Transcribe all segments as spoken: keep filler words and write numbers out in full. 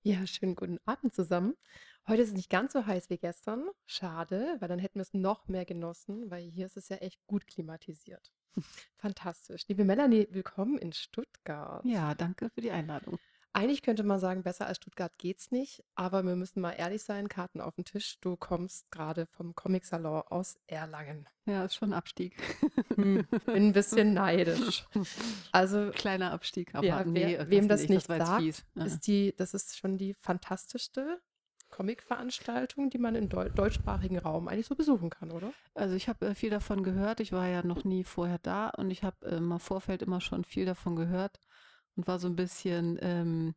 Ja, schönen guten Abend zusammen. Heute ist es nicht ganz so heiß wie gestern. Schade, weil dann hätten wir es noch mehr genossen, weil hier ist es ja echt gut klimatisiert. Fantastisch. Liebe Melanie, willkommen in Stuttgart. Ja, danke für die Einladung. Eigentlich könnte man sagen, besser als Stuttgart geht's nicht, aber wir müssen mal ehrlich sein, Karten auf den Tisch. Du kommst gerade vom Comic-Salon aus Erlangen. Ja, ist schon 'n Abstieg. Hm, ich bin ein bisschen neidisch. Also, Kleiner Abstieg, aber ja, wer, ne, wem lassen das nicht, das nicht war jetzt sagt, fies. Äh. ist die, das ist schon die fantastischste Comic-Veranstaltung, die man im Deu deutschsprachigen Raum eigentlich so besuchen kann, oder? Also, ich habe, äh, viel davon gehört. Ich war ja noch nie vorher da und ich habe im Vorfeld immer schon viel davon gehört und war so 'n bisschen, ähm,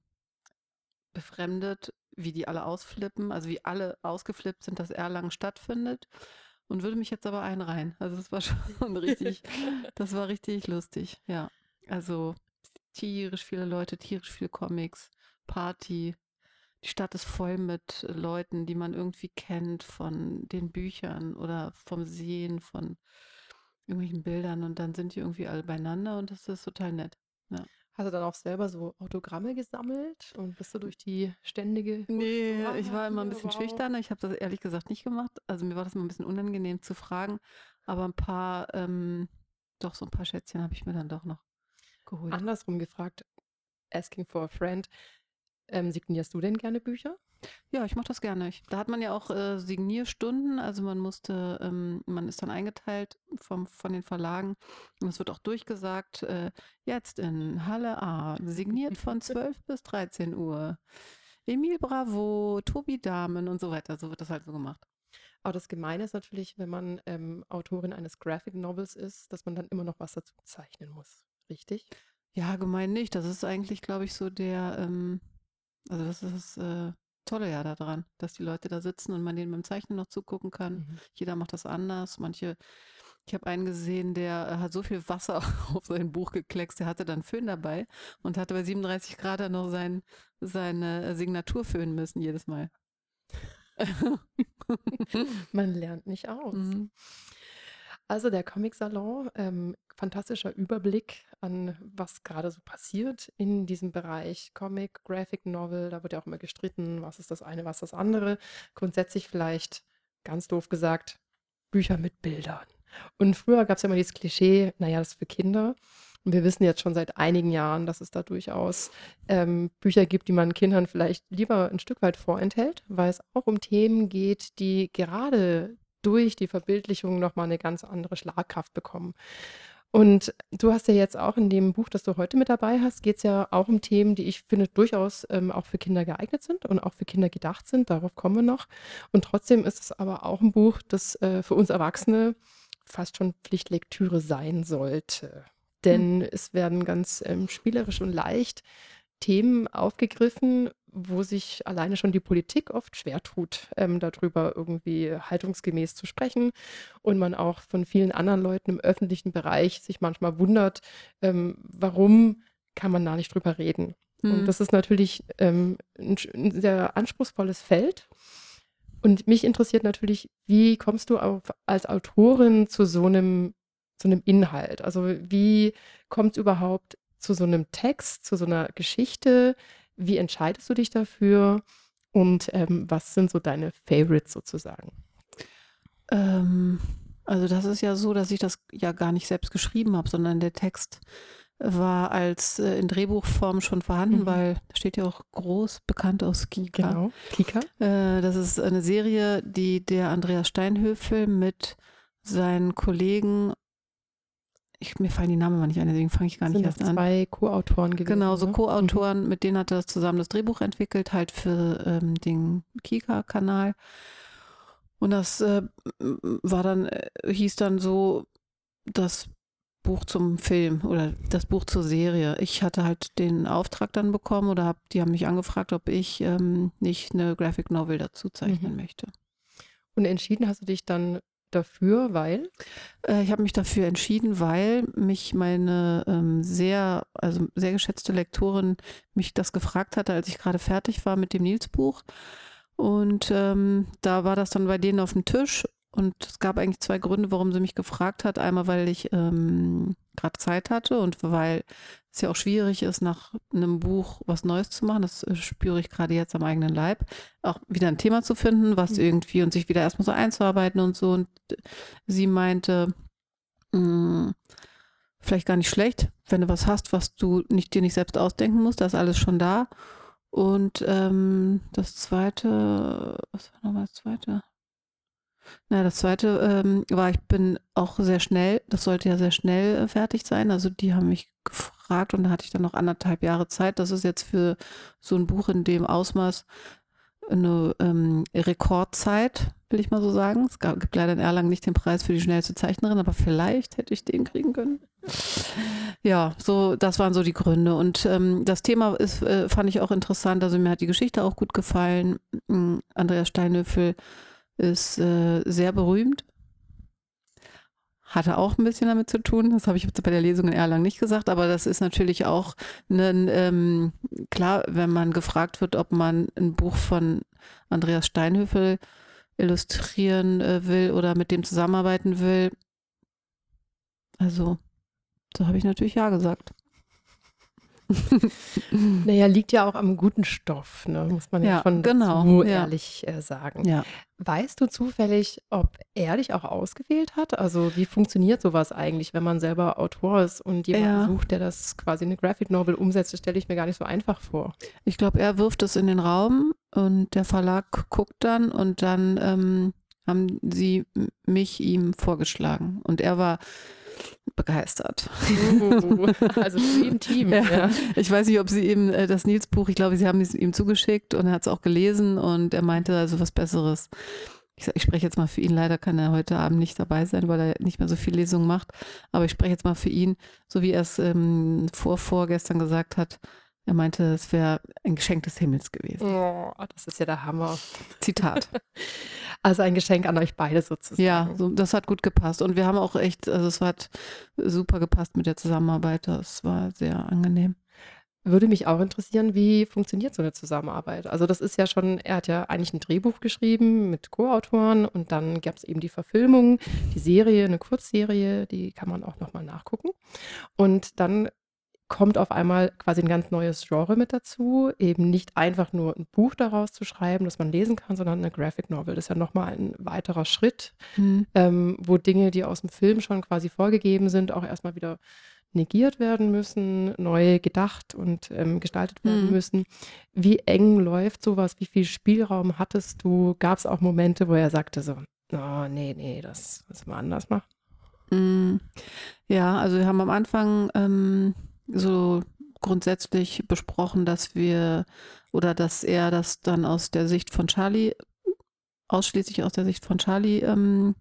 befremdet, wie die alle ausflippen, also, wie alle ausgeflippt sind, dass Erlangen stattfindet und würde mich jetzt aber einreihen. Also, es war schon richtig das war richtig lustig, ja. Also, tierisch viele Leute, tierisch viele Comics, Party. Die Stadt ist voll mit Leuten, die man irgendwie kennt von den Büchern oder vom Sehen von irgendwelchen Bildern und dann sind die irgendwie alle beieinander und das ist total nett. Ja. Hast du dann auch selber so Autogramme gesammelt und bist du durch die Stände gehuscht? So, Ne, ich ah, war immer 'n hier, bisschen wow. schüchterner. Ich habe das ehrlich gesagt nicht gemacht. Also, mir war das immer 'n bisschen unangenehm zu fragen, aber 'n paar, ähm doch, so 'n paar Schätzchen habe ich mir dann doch noch geholt. Andersrum gefragt, asking for a friend, ähm, signierst du denn gerne Bücher? Ja, ich mache das gerne. Ich da hat man ja auch, äh, Signierstunden, also man musste ähm, man ist dann eingeteilt vom von den Verlagen und es wird auch durchgesagt, äh, jetzt in Halle A, signiert von zwölf bis dreizehn Uhr. Emil Bravo, Tobi Dahmen und so weiter. So wird das halt so gemacht. Aber das Gemeine ist natürlich, wenn man ähm, Autorin eines Graphic Novels ist, dass man dann immer noch was dazu zeichnen muss. Richtig? Ja, gemein nicht. Das ist eigentlich, glaube ich, so der, ähm also das ist das, äh, Tolle ja daran, dass die Leute da sitzen und man denen beim Zeichnen noch zugucken kann. Mhm. Jeder macht das anders. Manche ich habe einen gesehen, der, äh, hat so viel Wasser auf sein Buch gekleckst, der hatte dann Föhn dabei und hatte bei siebenunddreißig Grad dann noch sein seine Signatur föhnen müssen jedes Mal. Man lernt nicht aus. Mhm. Also der Comic-Salon, ähm, fantastischer Überblick an, was gerade so passiert in diesem Bereich Comic, Graphic Novel. Da wird ja auch immer gestritten, was ist das eine, was das andere. Grundsätzlich vielleicht, ganz doof gesagt, Bücher mit Bildern. Und früher gab es ja immer dieses Klischee, naja, das ist für Kinder. Und wir wissen jetzt schon seit einigen Jahren, dass es da durchaus ähm, Bücher gibt, die man Kindern vielleicht lieber ein Stück weit vorenthält, weil es auch um Themen geht, die gerade durch die Verbildlichung noch mal 'ne ganz andere Schlagkraft bekommen. Und du hast ja jetzt auch in dem Buch, das du heute mit dabei hast, geht's ja auch um Themen, die ich finde durchaus, ähm, auch für Kinder geeignet sind und auch für Kinder gedacht sind. Darauf kommen wir noch. Und trotzdem ist es aber auch ein Buch, das, äh, für uns Erwachsene fast schon Pflichtlektüre sein sollte. Hm. Denn es werden ganz, ähm, spielerisch und leicht Themen aufgegriffen, wo sich alleine schon die Politik oft schwer tut, ähm, da irgendwie haltungsgemäß zu sprechen und man auch von vielen anderen Leuten im öffentlichen Bereich sich manchmal wundert, ähm, warum kann man da nicht drüber reden? Und Mhm. das ist natürlich, ähm, 'n sch 'n sehr anspruchsvolles Feld. Und mich interessiert natürlich, wie kommst du auf als Autorin zu so einem so 'nem Inhalt? Also, wie kommt's überhaupt zu so einem Text, zu so einer Geschichte? Wie entscheidest du dich dafür? Und, ähm, was sind so deine Favorites sozusagen? Ähm, also das ist ja so, dass ich das ja gar nicht selbst geschrieben habe, sondern der Text war als äh, in Drehbuchform schon vorhanden, Mhm. weil da steht ja auch groß bekannt aus Kika. Genau, Kika. Äh, das ist eine Serie, die der Andreas Steinhöfel mit seinen Kollegen, ich, mir fallen die Namen immer nicht ein, deswegen fange ich gar nicht Sind das erst an. zwei Co-Autoren Genau, gewesen, so ne? Mhm. Co-Autoren, mit denen hat er zusammen das Drehbuch entwickelt, halt für ähm, den Kika-Kanal. Und das äh, war dann, äh, hieß dann so das Buch zum Film oder das Buch zur Serie. Ich hatte halt den Auftrag dann bekommen oder hab, die haben mich angefragt, ob ich ähm, nicht eine Graphic Novel dazu Mhm. zeichnen möchte. Und entschieden hast du dich dann dafür, weil? Äh, ich habe mich dafür entschieden, weil mich meine ähm, sehr, also sehr geschätzte Lektorin mich das gefragt hatte, als ich gerade fertig war mit dem Nils-Buch. Und ähm, da war das dann bei denen auf dem Tisch und es gab eigentlich zwei Gründe, warum sie mich gefragt hat. Einmal, weil ich ähm, gerade Zeit hatte und weil es ja auch schwierig ist, nach einem Buch was Neues zu machen. Das äh, spüre ich gerade jetzt am eigenen Leib. Auch wieder ein Thema zu finden, was Mhm. irgendwie und sich wieder erstmal so einzuarbeiten und so. Und sie meinte, mh, vielleicht gar nicht schlecht, wenn du was hast, was du nicht, dir nicht selbst ausdenken musst, da ist alles schon da. Und ähm, das zweite, was war nochmal das zweite? Na, das zweite ähm, war, ich bin auch sehr schnell, das sollte ja sehr schnell äh, fertig sein. Also die haben mich gefragt und da hatte ich dann noch anderthalb Jahre Zeit. Das ist jetzt für so ein Buch in dem Ausmaß eine ähm, Rekordzeit, will ich mal so sagen. Es gab, gibt leider in Erlangen nicht den Preis für die schnellste Zeichnerin, aber vielleicht hätte ich den kriegen können. Ja, so, das waren so die Gründe. Und ähm, das Thema ist, äh, fand ich auch interessant. Also mir hat die Geschichte auch gut gefallen. Ähm, Andreas Steinhöfel ist äh, sehr berühmt. Hatte auch ein bisschen damit zu tun. Das habe ich jetzt bei der Lesung in Erlangen nicht gesagt, aber das ist natürlich auch ein, ähm, klar, wenn man gefragt wird, ob man ein Buch von Andreas Steinhöfel illustrieren äh, will oder mit dem zusammenarbeiten will. Also, so habe ich natürlich ja gesagt. Naja, liegt ja auch am guten Stoff, ne? Muss man ja, Ja, schon genau. dazu Ja. ehrlich äh, sagen. Ja. Weißt du zufällig, ob er dich auch ausgewählt hat? Also wie funktioniert sowas eigentlich, wenn man selber Autor ist und jemanden Ja. sucht, der das quasi in eine Graphic Novel umsetzt? Das stelle ich mir gar nicht so einfach vor. Ich glaube, er wirft es in den Raum und der Verlag guckt dann und dann ähm, haben sie m- mich ihm vorgeschlagen. Und er war begeistert. Uh, also für im Team. Ja. Ja. Ich weiß nicht, ob sie ihm äh, das Nils-Buch, ich glaube, sie haben es ihm zugeschickt und er hat es auch gelesen und er meinte also was Besseres. Ich, sag, ich spreche jetzt mal für ihn, leider kann er heute Abend nicht dabei sein, weil er nicht mehr so viel Lesungen macht, aber ich spreche jetzt mal für ihn, so wie er es ähm, vor, vorgestern gesagt hat. Er meinte, es wäre ein Geschenk des Himmels gewesen. Oh, das ist ja der Hammer. Zitat. Also ein Geschenk an euch beide sozusagen. Ja, so, das hat gut gepasst und wir haben auch echt, also es hat super gepasst mit der Zusammenarbeit, das war sehr angenehm. Würde mich auch interessieren, wie funktioniert so eine Zusammenarbeit? Also das ist ja schon, er hat ja eigentlich ein Drehbuch geschrieben mit Co-Autoren und dann gab es eben die Verfilmung, die Serie, eine Kurzserie, die kann man auch nochmal nachgucken. Und dann kommt auf einmal quasi ein ganz neues Genre mit dazu, eben nicht einfach nur ein Buch daraus zu schreiben, das man lesen kann, sondern eine Graphic Novel. Das ist ja nochmal ein weiterer Schritt, Hm. ähm, wo Dinge, die aus dem Film schon quasi vorgegeben sind, auch erstmal wieder negiert werden müssen, neu gedacht und ähm, gestaltet werden Hm. müssen. Wie eng läuft sowas? Wie viel Spielraum hattest du? Gab es auch Momente, wo er sagte so, oh, nee, nee, das müssen wir anders machen? Mm, Ja, also wir haben am Anfang ähm, so grundsätzlich besprochen, dass wir oder dass er das dann aus der Sicht von Charlie, ausschließlich aus der Sicht von Charlie ähm,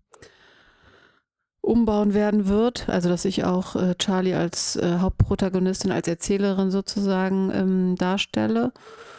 umbauen werden wird. Also dass ich auch äh, Charlie als äh, Hauptprotagonistin, als Erzählerin sozusagen ähm, darstelle.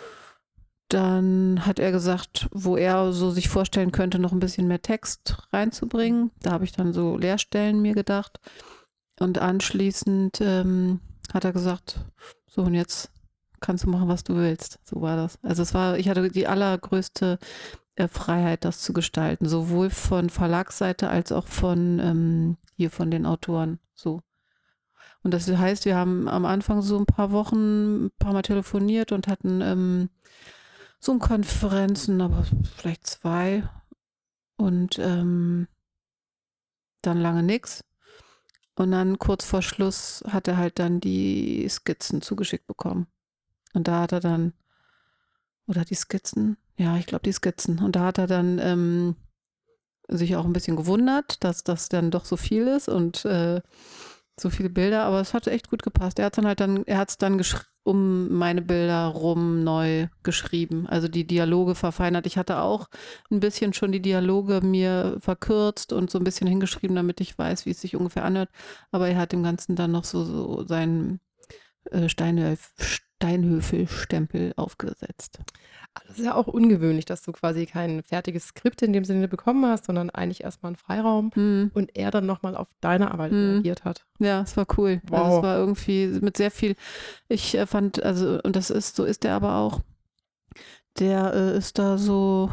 Dann hat er gesagt, wo er so sich vorstellen könnte, noch ein bisschen mehr Text reinzubringen. Da habe ich dann so Leerstellen mir gedacht. Und anschließend ähm, hat er gesagt, so und jetzt kannst du machen, was du willst. So war das. Also es war, ich hatte die allergrößte äh, Freiheit, das zu gestalten, sowohl von Verlagsseite als auch von ähm, hier von den Autoren. So. Und das heißt, wir haben am Anfang so ein paar Wochen ein paar Mal telefoniert und hatten ähm, Zoom-Konferenzen, aber vielleicht zwei. Und ähm, dann lange nichts. Und dann kurz vor Schluss hat er halt dann die Skizzen zugeschickt bekommen. Und da hat er dann, oder die Skizzen? Ja, ich glaube die Skizzen. Und da hat er dann ähm, sich auch ein bisschen gewundert, dass das dann doch so viel ist und äh, so viele Bilder, aber es hat echt gut gepasst. Er hat dann halt dann, er hat es dann um meine Bilder rum neu geschrieben, also die Dialoge verfeinert. Ich hatte auch ein bisschen schon die Dialoge mir verkürzt und so ein bisschen hingeschrieben, damit ich weiß, wie es sich ungefähr anhört. Aber er hat dem Ganzen dann noch so, so seinen äh, Steinhöf, Steinhöfel-Stempel aufgesetzt. Das ist ja auch ungewöhnlich, dass du quasi kein fertiges Skript in dem Sinne bekommen hast, sondern eigentlich erstmal einen Freiraum Hm. und er dann nochmal auf deine Arbeit Hm. reagiert hat. Ja, es war cool. Wow. Also es war irgendwie mit sehr viel, ich äh, fand, also, und das ist, so ist er aber auch, der äh, ist da so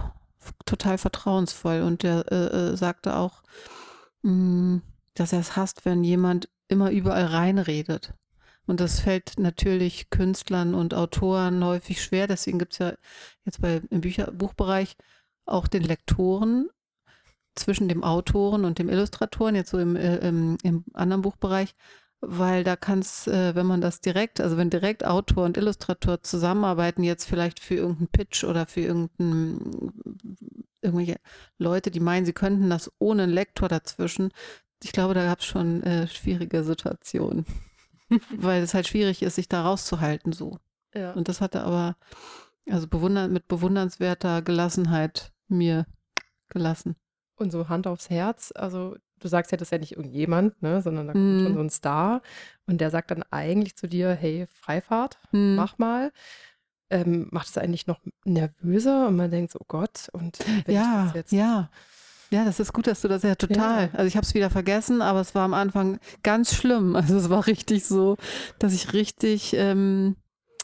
total vertrauensvoll und der äh, äh, sagte auch, mh, dass er es hasst, wenn jemand immer überall reinredet. Und das fällt natürlich Künstlern und Autoren häufig schwer. Deswegen gibt es ja jetzt bei, im Bücher, Buchbereich auch den Lektoren zwischen dem Autoren und dem Illustratoren, jetzt so im, äh, im, im anderen Buchbereich, weil da kann es, äh, wenn man das direkt, also wenn direkt Autor und Illustrator zusammenarbeiten, jetzt vielleicht für irgendeinen Pitch oder für irgendeinen, irgendwelche Leute, die meinen, sie könnten das ohne einen Lektor dazwischen, ich glaube, da gab es schon äh, schwierige Situationen. Weil es halt schwierig ist, sich da rauszuhalten so. Ja. Und das hat er aber also bewundern, mit bewundernswerter Gelassenheit mir gelassen. Und so Hand aufs Herz, also du sagst ja, das ist ja nicht irgendjemand, ne, sondern da kommt schon Hm. so ein Star und der sagt dann eigentlich zu dir, hey, Freifahrt, Hm. mach mal. Ähm, macht es eigentlich noch nervöser und man denkt so, oh Gott, und wenn ich Ja, das jetzt... ja. Ja, das ist gut, dass du das ja total. Ja. Also ich habe es wieder vergessen, aber es war am Anfang ganz schlimm. Also es war richtig so, dass ich richtig ähm,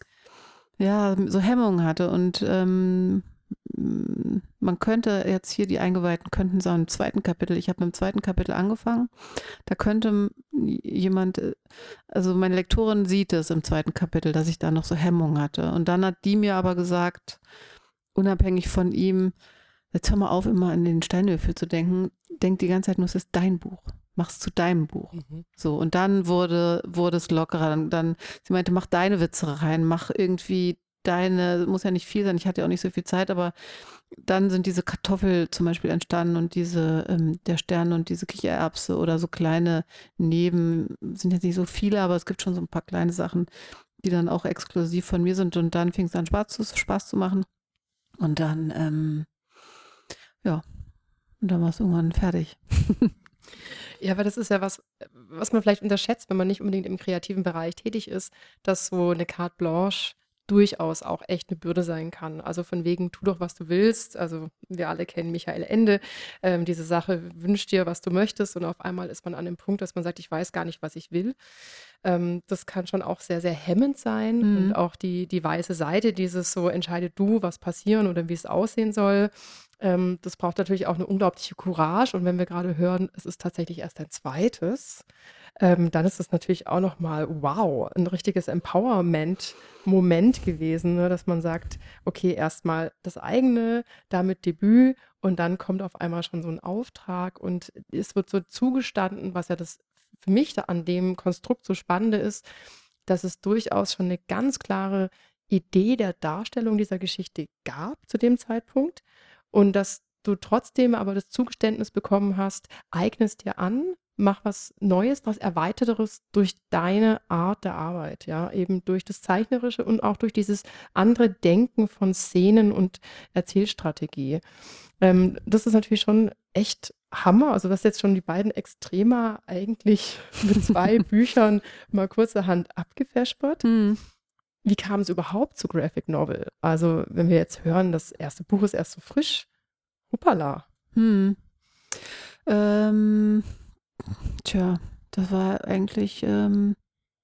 ja, so Hemmungen hatte. Und ähm, m, man könnte jetzt hier, die Eingeweihten könnten sagen, im zweiten Kapitel, ich habe mit dem zweiten Kapitel angefangen, da könnte m- jemand, äh, also meine Lektorin sieht es im zweiten Kapitel, dass ich da noch so Hemmungen hatte. Und dann hat die mir aber gesagt, unabhängig von ihm, jetzt hör mal auf, immer an den Steinwürfel zu denken. Denk die ganze Zeit nur, es ist dein Buch. Mach's zu deinem Buch. Mhm. So, und dann wurde, wurde es lockerer. Dann, dann, sie meinte, mach deine Witze rein, mach irgendwie deine, muss ja nicht viel sein, ich hatte ja auch nicht so viel Zeit, aber dann sind diese Kartoffel zum Beispiel entstanden und diese, ähm, der Stern und diese Kichererbse oder so kleine Neben, sind jetzt nicht so viele, aber es gibt schon so ein paar kleine Sachen, die dann auch exklusiv von mir sind und dann fing es an Spaß zu, Spaß zu machen. Und dann, ähm, ja, und dann war es irgendwann fertig. Ja, aber das ist ja was, was man vielleicht unterschätzt, wenn man nicht unbedingt im kreativen Bereich tätig ist, dass so eine Carte Blanche durchaus auch echt eine Bürde sein kann. Also von wegen, tu doch, was du willst. Also wir alle kennen Michael Ende. Ähm, diese Sache, wünsch dir, was du möchtest, und auf einmal ist man an dem Punkt, dass man sagt, ich weiß gar nicht, was ich will. Ähm, das kann schon auch sehr, sehr hemmend sein. Mhm. Und auch die, die weiße Seite, dieses so, entscheide du, was passieren oder wie es aussehen soll. Ähm, das braucht natürlich auch eine unglaubliche Courage. Und wenn wir gerade hören, es ist tatsächlich erst ein zweites, ähm, dann ist das natürlich auch nochmal, wow, ein richtiges Empowerment-Moment gewesen, ne? Dass man sagt, okay, erstmal das eigene, damit Debüt, und dann kommt auf einmal schon so ein Auftrag und es wird so zugestanden, was ja das für mich da an dem Konstrukt so Spannende ist, dass es durchaus schon eine ganz klare Idee der Darstellung dieser Geschichte gab zu dem Zeitpunkt und dass du trotzdem aber das Zugeständnis bekommen hast, eigne es dir an, mach was Neues, was Erweiterteres durch deine Art der Arbeit, ja, eben durch das Zeichnerische und auch durch dieses andere Denken von Szenen und Erzählstrategie. Ähm, das ist natürlich schon echt Hammer. Also, das jetzt schon die beiden Extremer eigentlich mit zwei Büchern mal kurzerhand abgefespert. Mhm. Wie kam es überhaupt zu Graphic Novel? Also, wenn wir jetzt hören, das erste Buch ist erst so frisch. Hoppala. Hm. Ähm, tja, das war eigentlich, ähm,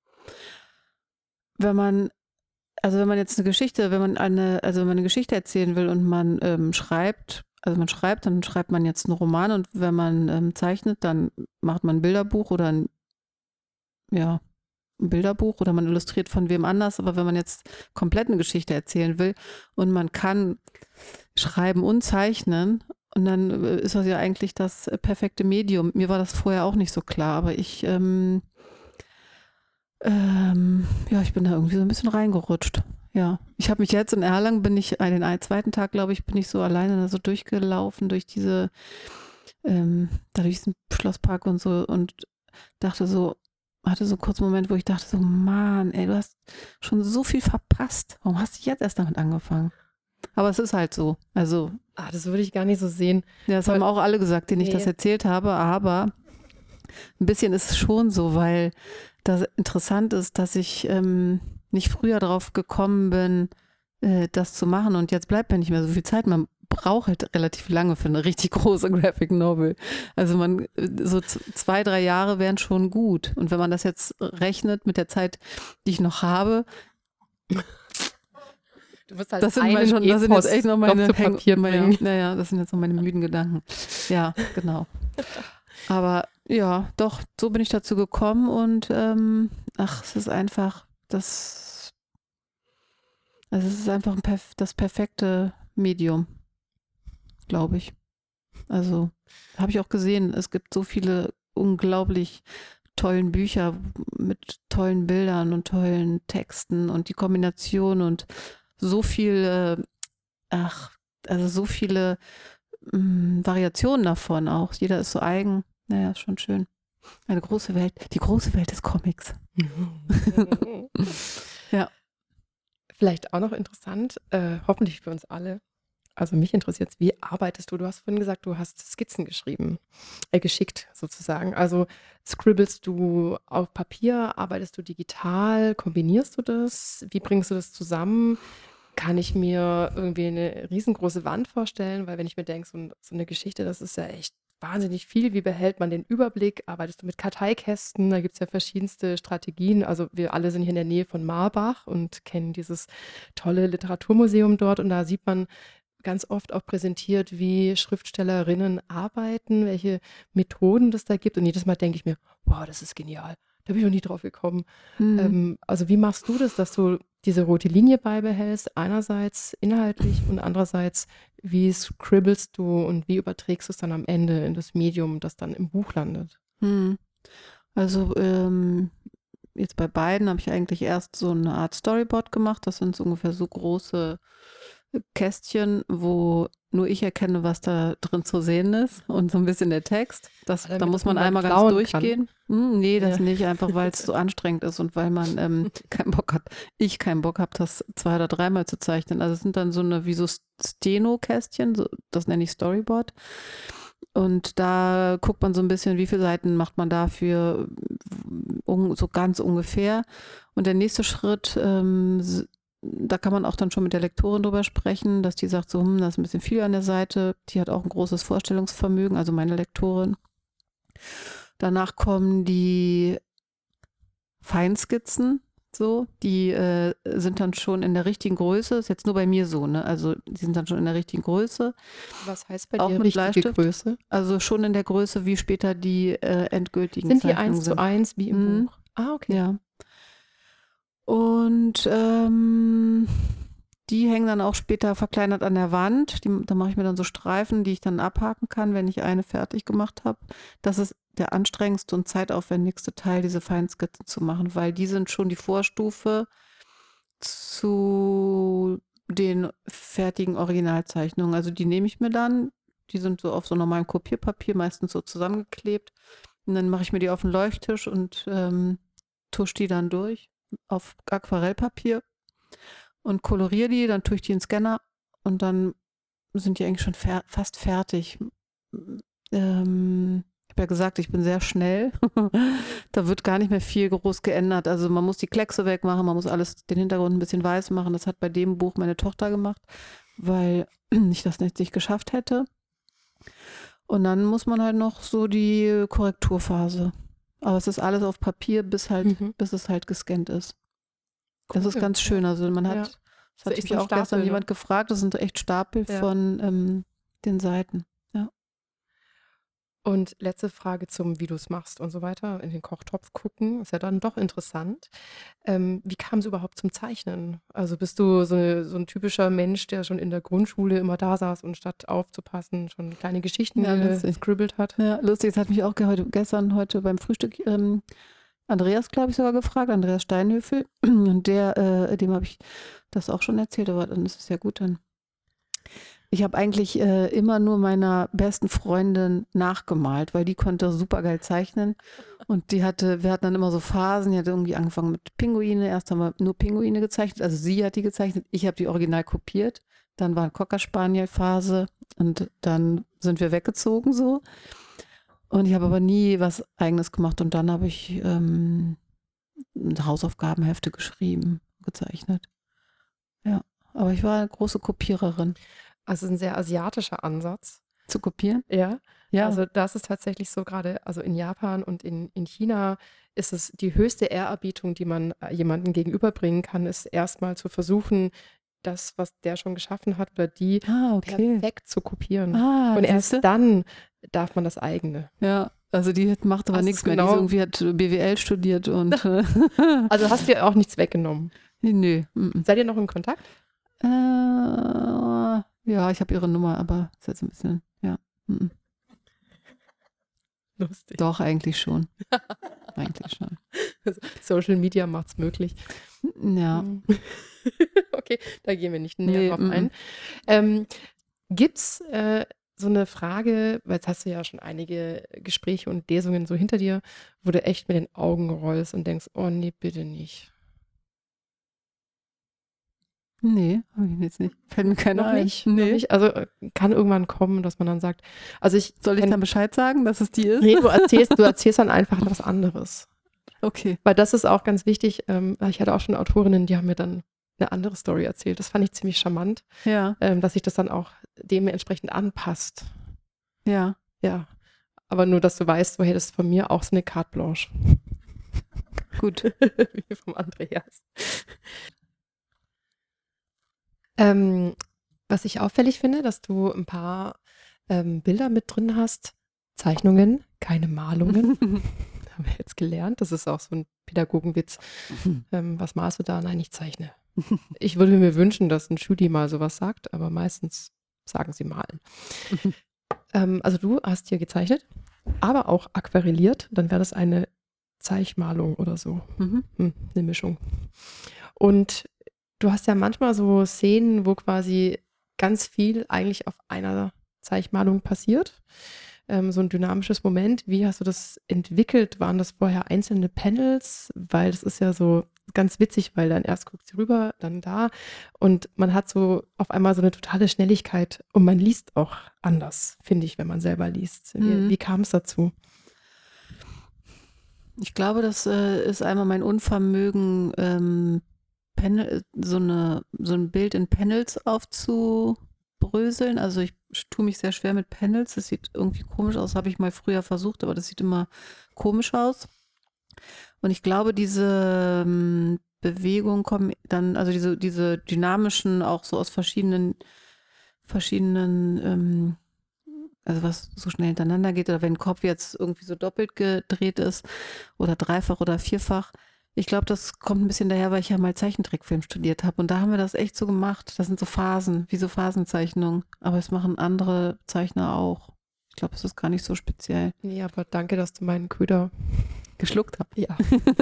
wenn man, also wenn man jetzt eine Geschichte, wenn man eine, also wenn man eine Geschichte erzählen will und man ähm, schreibt, also man schreibt, dann schreibt man jetzt einen Roman und wenn man ähm, zeichnet, dann macht man ein Bilderbuch oder ein, ja, ein Bilderbuch oder man illustriert von wem anders. Aber wenn man jetzt komplett eine Geschichte erzählen will und man kann schreiben und zeichnen, und dann äh, ist das ja eigentlich das äh, perfekte Medium. Mir war das vorher auch nicht so klar, aber ich, ähm, ähm, ja, ich bin da irgendwie so ein bisschen reingerutscht. Ja, ich habe mich jetzt in Erlangen, bin ich, äh, den einen- zweiten Tag, glaube ich, bin ich so alleine da so durchgelaufen durch diese, ähm, da durch diesen Schlosspark und so und dachte so, hatte so kurz einen Moment, wo ich dachte so, Mann, ey, du hast schon so viel verpasst. Warum hast du jetzt erst damit angefangen? Aber es ist halt so. Also, Ah, das würde ich gar nicht so sehen. ja, das Aber- haben auch alle gesagt, denen ich Nee. das erzählt habe, aber ein bisschen ist es schon so, weil das interessant ist, dass ich ähm, nicht früher drauf gekommen bin, äh, das zu machen und jetzt bleibt mir nicht mehr so viel Zeit. Man braucht halt relativ lange für eine richtig große Graphic Novel. Also man, äh, so z- zwei, drei Jahre wären schon gut. Und wenn man das jetzt rechnet mit der Zeit, die ich noch habe, Du musst halt Das sind einen meine schon, das sind jetzt Epos echt noch noch meine zu Häng Papier naja, bringen. naja, das sind jetzt noch meine müden Gedanken. Ja, genau. Aber ja, doch, so bin ich dazu gekommen und ähm, ach, es ist einfach das, also es ist einfach ein perf das perfekte Medium, glaube ich. Also habe ich auch gesehen, es gibt so viele unglaublich tollen Bücher mit tollen Bildern und tollen Texten und die Kombination und so viel, äh, ach, also so viele mh, Variationen davon auch. Jeder ist so eigen. Naja, ist schon schön. Eine große Welt, die große Welt des Comics. Ja. Vielleicht auch noch interessant, äh, hoffentlich für uns alle. Also mich interessiert es, wie arbeitest du? Du hast vorhin gesagt, du hast Skizzen geschrieben, äh, geschickt sozusagen. Also scribblest du auf Papier, arbeitest du digital, kombinierst du das? Wie bringst du das zusammen? Kann ich mir irgendwie eine riesengroße Wand vorstellen? Weil wenn ich mir denke, so, ein, so eine Geschichte, das ist ja echt wahnsinnig viel. Wie behält man den Überblick? Arbeitest du mit Karteikästen? Da gibt es ja verschiedenste Strategien. Also wir alle sind hier in der Nähe von Marbach und kennen dieses tolle Literaturmuseum dort. Und da sieht man ganz oft auch präsentiert, wie Schriftstellerinnen arbeiten, welche Methoden das da gibt. Und jedes Mal denke ich mir, wow, das ist genial. Da bin ich noch nie drauf gekommen. Mhm. Ähm, also wie machst du das, dass du diese rote Linie beibehältst, einerseits inhaltlich und andererseits, wie scribblest du und wie überträgst du es dann am Ende in das Medium, das dann im Buch landet? Mhm. Also ähm, jetzt bei beiden habe ich eigentlich erst so eine Art Storyboard gemacht. Das sind so ungefähr so große Kästchen, wo nur ich erkenne, was da drin zu sehen ist und so ein bisschen der Text. Das, Damit da muss das man niemand einmal ganz klauen durchgehen. Hm, nee, das Ja. nicht, einfach weil es so anstrengend ist und weil man ähm, keinen Bock hat, ich keinen Bock habe, das zwei oder dreimal zu zeichnen. Also es sind dann so eine wie so Steno-Kästchen, so, das nenne ich Storyboard. Und da guckt man so ein bisschen, wie viele Seiten macht man dafür, un, so ganz ungefähr. Und der nächste Schritt, ähm, da kann man auch dann schon mit der Lektorin drüber sprechen, dass die sagt, so, hm, da ist ein bisschen viel an der Seite. Die hat auch ein großes Vorstellungsvermögen, also meine Lektorin. Danach kommen die Feinskizzen, so, die äh, sind dann schon in der richtigen Größe. Ist jetzt nur bei mir so, ne? Also die sind dann schon in der richtigen Größe. Was heißt bei Auch dir mit richtige Bleistift. Größe? Also schon in der Größe, wie später die äh, endgültigen Sind die Zeichnungen eins zu sind. eins wie im Mhm. Buch? Ah, okay. Ja. Und ähm, die hängen dann auch später verkleinert an der Wand. Die, da mache ich mir dann so Streifen, die ich dann abhaken kann, wenn ich eine fertig gemacht habe. Das ist der anstrengendste und zeitaufwendigste Teil, diese Feinskizzen zu machen, weil die sind schon die Vorstufe zu den fertigen Originalzeichnungen. Also die nehme ich mir dann, die sind so auf so normalem Kopierpapier meistens so zusammengeklebt. Und dann mache ich mir die auf den Leuchttisch und ähm, tusche die dann durch auf Aquarellpapier und koloriere die, dann tue ich die in den Scanner und dann sind die eigentlich schon fer fast fertig. Ähm, ich habe ja gesagt, ich bin sehr schnell. Da wird gar nicht mehr viel groß geändert. Also man muss die Kleckse wegmachen, man muss alles, den Hintergrund ein bisschen weiß machen. Das hat bei dem Buch meine Tochter gemacht, weil ich das nicht, nicht geschafft hätte. Und dann muss man halt noch so die Korrekturphase. Aber es ist alles auf Papier, bis halt, Mhm. bis es halt gescannt ist. Das ist Cool, ganz schön. ja. Also man hat, Ja. das So hat echt mich so ein auch gestern Stapel, ne? jemand gefragt, das sind echt Stapel Ja. von ähm, den Seiten. Ja. Und letzte Frage zum, wie du es machst und so weiter. In den Kochtopf gucken, ist ja dann doch interessant. Ähm, wie kam es überhaupt zum Zeichnen? Also bist du so, so ein typischer Mensch, der schon in der Grundschule immer da saß und statt aufzupassen schon kleine Geschichten Ja, lustig. gescribbelt hat? Ja, lustig, das hat mich auch ge heute, gestern heute beim Frühstück ähm, Andreas, glaube ich, sogar gefragt, Andreas Steinhöfel. Und der, äh, dem habe ich das auch schon erzählt, aber dann ist es ja gut dann. Ich habe eigentlich äh, immer nur meiner besten Freundin nachgemalt, weil die konnte super geil zeichnen. Und die hatte, wir hatten dann immer so Phasen, die hatte irgendwie angefangen mit Pinguine. Erst haben wir nur Pinguine gezeichnet, also sie hat die gezeichnet, ich habe die original kopiert. Dann war eine Cocker Spaniel Phase und dann sind wir weggezogen so. Und ich habe aber nie was Eigenes gemacht. Und dann habe ich ähm, Hausaufgabenhefte geschrieben, gezeichnet. Ja, aber ich war eine große Kopiererin. Also ein sehr asiatischer Ansatz. Zu kopieren? Ja, Ja. also das ist tatsächlich so gerade, also in Japan und in, in China ist es die höchste Ehrerbietung, die man äh, jemandem gegenüberbringen kann, ist erstmal zu versuchen, das, was der schon geschaffen hat oder die, Ah, okay. perfekt zu kopieren. Ah, Und siehste? erst dann darf man das eigene. Ja, also die hat- macht aber Also nichts ist mehr. Die ist genau- irgendwie hat B W L studiert und äh, Also hast du ihr auch nichts weggenommen. nö. mm, Seid ihr noch in Kontakt? mm. Äh, ja, ich habe ihre Nummer, aber ist jetzt ein bisschen, ja. mm, mm. Lustig. Doch, eigentlich schon. Eigentlich schon. Social Media macht's möglich. Ja. Mhm. Okay, da gehen wir nicht näher Nee, drauf mm, ein. mm. Ähm, gibt's äh, so eine Frage, weil jetzt hast du ja schon einige Gespräche und Lesungen so hinter dir, wo du echt mit den Augen rollst und denkst, oh nee, bitte nicht. Nee, habe ich jetzt nicht. Fällt mir keiner Noch ein. nicht? Noch Nee. nicht? Also äh, kann irgendwann kommen, dass man dann sagt, also ich Soll ich kenn- dann Bescheid sagen, dass es die ist? Nee, du erzählst, du erzählst dann einfach was anderes. Okay. Weil das ist auch ganz wichtig. Ähm, ich hatte auch schon Autorinnen, die haben mir dann eine andere Story erzählt. Das fand ich ziemlich charmant, Ja, ähm, dass sich das dann auch dementsprechend anpasst. ja. Ja. Aber nur, dass du weißt, du hättest von mir auch so eine Carte Blanche. Gut. Wie vom Andreas. Ähm, was ich auffällig finde, dass du ein paar ähm, Bilder mit drin hast. Zeichnungen, keine Malungen. Haben wir jetzt gelernt. Das ist auch so ein Pädagogenwitz. Ähm, was malst du da? Nein, ich zeichne. Ich würde mir wünschen, dass ein Schüli mal sowas sagt, aber meistens sagen sie malen. ähm, also du hast hier gezeichnet, aber auch aquarelliert. Dann wäre das eine Zeichmalung oder so. Mhm. Hm, eine Mischung. Und du hast ja manchmal so Szenen, wo quasi ganz viel eigentlich auf einer Zeichmalung passiert. Ähm, so ein dynamisches Moment. Wie hast du das entwickelt? Waren das vorher einzelne Panels? Weil das ist ja so ganz witzig, weil dann erst guckt sie rüber, dann da. Und man hat so auf einmal so eine totale Schnelligkeit und man liest auch anders, finde ich, wenn man selber liest. Wie, Mhm. wie kam es dazu? Ich glaube, das äh, ist einmal mein Unvermögen, ähm, Panel, so, eine, so ein Bild in Panels aufzubröseln. Also ich tue mich sehr schwer mit Panels. Das sieht irgendwie komisch aus, habe ich mal früher versucht, aber das sieht immer komisch aus. Und ich glaube, diese ähm, Bewegung kommen dann, also diese, diese dynamischen, auch so aus verschiedenen, verschiedenen, ähm, also was so schnell hintereinander geht, oder wenn ein Kopf jetzt irgendwie so doppelt gedreht ist oder dreifach oder vierfach. Ich glaube, das kommt ein bisschen daher, weil ich ja mal Zeichentrickfilm studiert habe. Und da haben wir das echt so gemacht. Das sind so Phasen, wie so Phasenzeichnungen. Aber es machen andere Zeichner auch. Ich glaube, es ist gar nicht so speziell. Nee, aber danke, dass du meinen Köder Geschluckt habe. Ja.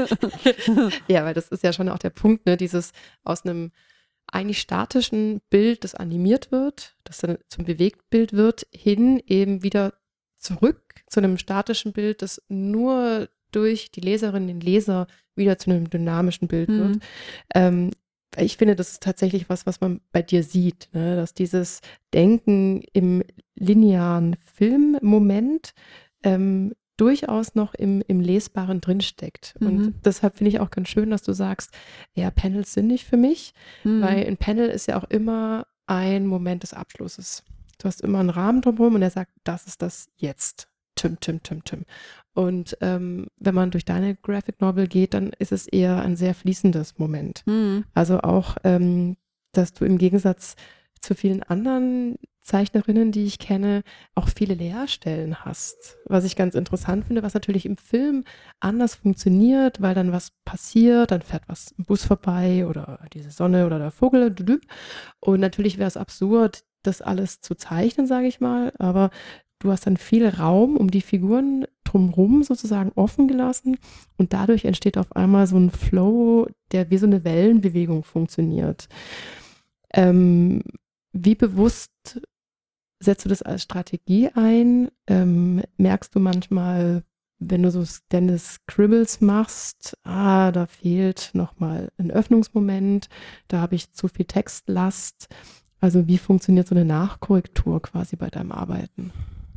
Ja, weil das ist ja schon auch der Punkt, ne? Dieses aus einem eigentlich statischen Bild, das animiert wird, das dann zum Bewegtbild wird, hin eben wieder zurück zu einem statischen Bild, das nur durch die Leserinnen, den Leser wieder zu einem dynamischen Bild Mhm. wird. Ähm, ich finde, das ist tatsächlich was, was man bei dir sieht, ne? Dass dieses Denken im linearen Filmmoment ähm, durchaus noch im, im Lesbaren drinsteckt. Mhm. Und deshalb finde ich auch ganz schön, dass du sagst, ja, Panels sind nicht für mich, Mhm. weil ein Panel ist ja auch immer ein Moment des Abschlusses. Du hast immer einen Rahmen drumherum und er sagt, das ist das jetzt. Tim, Tim, Tim, Tim. Und ähm, wenn man durch deine Graphic Novel geht, dann ist es eher ein sehr fließendes Moment. Mhm. Also auch, ähm, dass du im Gegensatz zu vielen anderen Zeichnerinnen, die ich kenne, auch viele Leerstellen hast. Was ich ganz interessant finde, was natürlich im Film anders funktioniert, weil dann was passiert, dann fährt was im Bus vorbei oder diese Sonne oder der Vogel. Und natürlich wäre es absurd, das alles zu zeichnen, sage ich mal, aber du hast dann viel Raum um die Figuren drumherum sozusagen offen gelassen und dadurch entsteht auf einmal so ein Flow, der wie so eine Wellenbewegung funktioniert. Ähm, wie bewusst setzt du das als Strategie ein? Ähm, merkst du manchmal, wenn du so deine Scribbles machst, ah, da fehlt nochmal ein Öffnungsmoment, da habe ich zu viel Textlast. Also wie funktioniert so eine Nachkorrektur quasi bei deinem Arbeiten?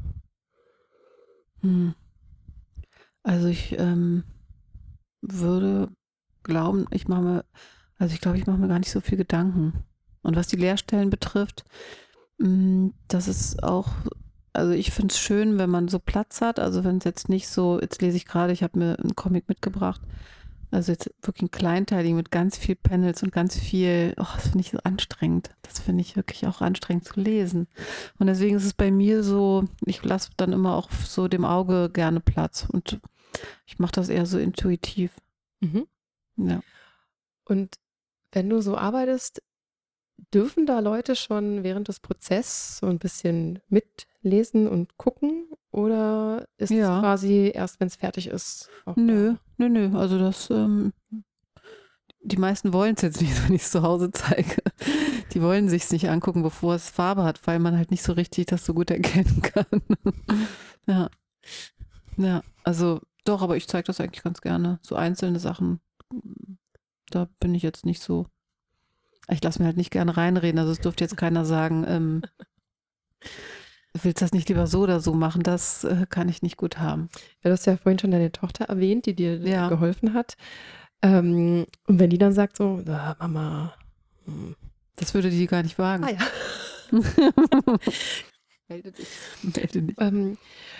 Hm. Also ich ähm, würde glauben, ich mache mir, also ich glaube, ich mache mir gar nicht so viel Gedanken. Und was die Leerstellen betrifft, mh, das ist auch, also ich finde es schön, wenn man so Platz hat, also wenn es jetzt nicht so, jetzt lese ich gerade, ich habe mir einen Comic mitgebracht, Also jetzt wirklich ein kleinteilig mit ganz viel Panels und ganz viel, oh, das finde ich so anstrengend. Das finde ich wirklich auch anstrengend zu lesen. Und deswegen ist es bei mir so, ich lasse dann immer auch so dem Auge gerne Platz und ich mache das eher so intuitiv. Mhm. Ja. Und wenn du so arbeitest, dürfen da Leute schon während des Prozesses so ein bisschen mitlesen und gucken? Oder ist es Ja, quasi erst, wenn es fertig ist, auch nö, da? nö, nö. Also das, ähm, die meisten wollen es jetzt nicht, wenn ich es zu Hause zeige. Die wollen sich es nicht angucken, bevor es Farbe hat, weil man halt nicht so richtig das so gut erkennen kann. Ja, ja. Also doch, aber ich zeige das eigentlich ganz gerne. So einzelne Sachen, da bin ich jetzt nicht so. Ich lasse mir halt nicht gerne reinreden. Also es dürfte jetzt keiner sagen, ähm, willst du das nicht lieber so oder so machen? Das äh, kann ich nicht gut haben. Ja, du hast ja vorhin schon deine Tochter erwähnt, die dir Ja. geholfen hat. Ähm, und wenn die dann sagt so, "Ah, Mama, hm." Das würde die gar nicht wagen. Ah ja. Melde dich. Melde dich. Ähm,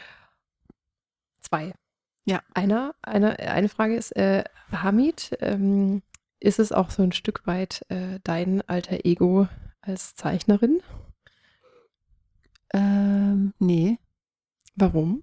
zwei. Ja. Einer, eine, eine Frage ist, äh, Hamid, ähm, ist es auch so ein Stück weit äh, dein alter Ego als Zeichnerin? Ähm, nee, Warum?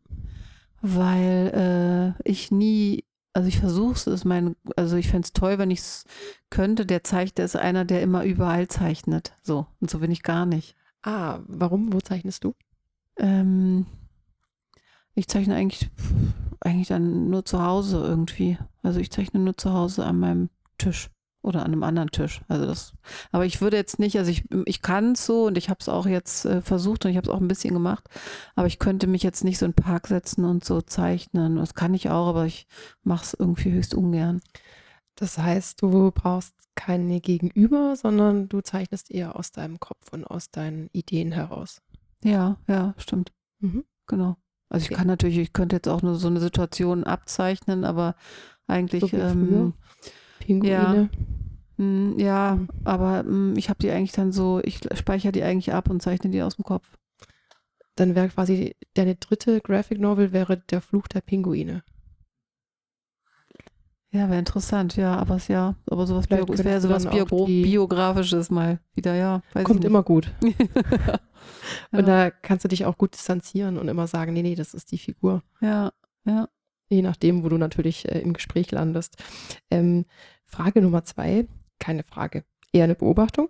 weil äh, ich nie, also ich versuche es, ist mein, also ich fände es toll, wenn ich es könnte. Der Zeichner ist einer, der immer überall zeichnet. So, und so bin ich gar nicht. Ah, warum? Wo zeichnest du? Ähm, ich zeichne eigentlich, eigentlich dann nur zu Hause irgendwie. Also ich zeichne nur zu Hause an meinem Tisch oder an einem anderen Tisch. Also das, aber ich würde jetzt nicht, also ich, ich kann es so und ich habe es auch jetzt äh, versucht und ich habe es auch ein bisschen gemacht, aber ich könnte mich jetzt nicht so in den Park setzen und so zeichnen. Das kann ich auch, aber ich mache es irgendwie höchst ungern. Das heißt, du brauchst keine Gegenüber, sondern du zeichnest eher aus deinem Kopf und aus deinen Ideen heraus. Ja, ja, stimmt. Mhm. Genau. Also ich Okay. kann natürlich, ich könnte jetzt auch nur so eine Situation abzeichnen, aber eigentlich, So wie früher. ähm, Pinguine. mm, ja, Mhm. aber mm, ich habe die eigentlich dann so, ich speichere die eigentlich ab und zeichne die aus dem Kopf. Dann wäre quasi deine dritte Graphic Novel wäre Der Fluch der Pinguine. Ja, wäre interessant, ja, aber es ja, aber sowas Vielleicht Bio, es wäre könntest du sowas dann auch Bio, die, biografisches mal wieder, ja, weiß kommt ich nicht. immer gut. Ja, Und da kannst du dich auch gut distanzieren und immer sagen, nee, nee, das ist die Figur. ja, ja. Je nachdem, wo du natürlich äh, im Gespräch landest. Ähm, Frage Nummer zwei, keine Frage, eher eine Beobachtung.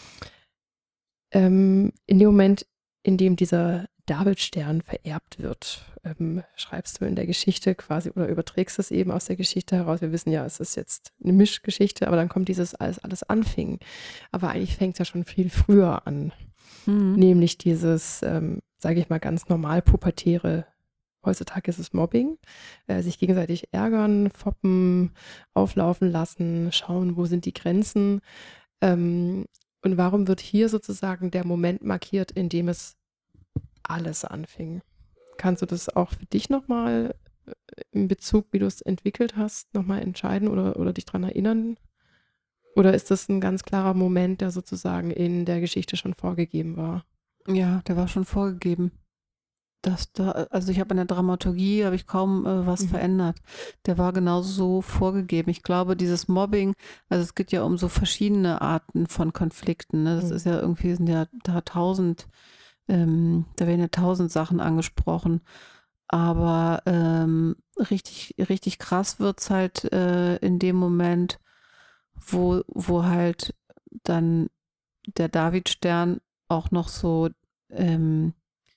Ähm, in dem Moment, in dem dieser Davidstern vererbt wird, ähm, schreibst du in der Geschichte quasi oder überträgst es eben aus der Geschichte heraus. Wir wissen ja, es ist jetzt eine Mischgeschichte, aber dann kommt dieses alles, alles anfing. Aber eigentlich fängt es ja schon viel früher an. Mhm. Nämlich dieses, ähm, sage ich mal, ganz normal pubertäre, heutzutage ist es Mobbing, äh, sich gegenseitig ärgern, foppen, auflaufen lassen, schauen, wo sind die Grenzen. Ähm, und warum wird hier sozusagen der Moment markiert, in dem es alles anfing? Kannst du das auch für dich nochmal in Bezug, wie du es entwickelt hast, nochmal entscheiden oder, oder dich daran erinnern? Oder ist das ein ganz klarer Moment, der sozusagen in der Geschichte schon vorgegeben war? Ja, der war schon vorgegeben. Das da, also ich habe an der Dramaturgie habe ich kaum äh, was Mhm. verändert. Der war genauso so vorgegeben. Ich glaube, dieses Mobbing, also es geht ja um so verschiedene Arten von Konflikten. Ne? Das Mhm. ist ja irgendwie, sind ja da tausend, ähm, da werden ja tausend Sachen angesprochen. Aber ähm, richtig, richtig krass wird's halt äh, in dem Moment, wo, wo halt dann der Davidstern auch noch so ähm,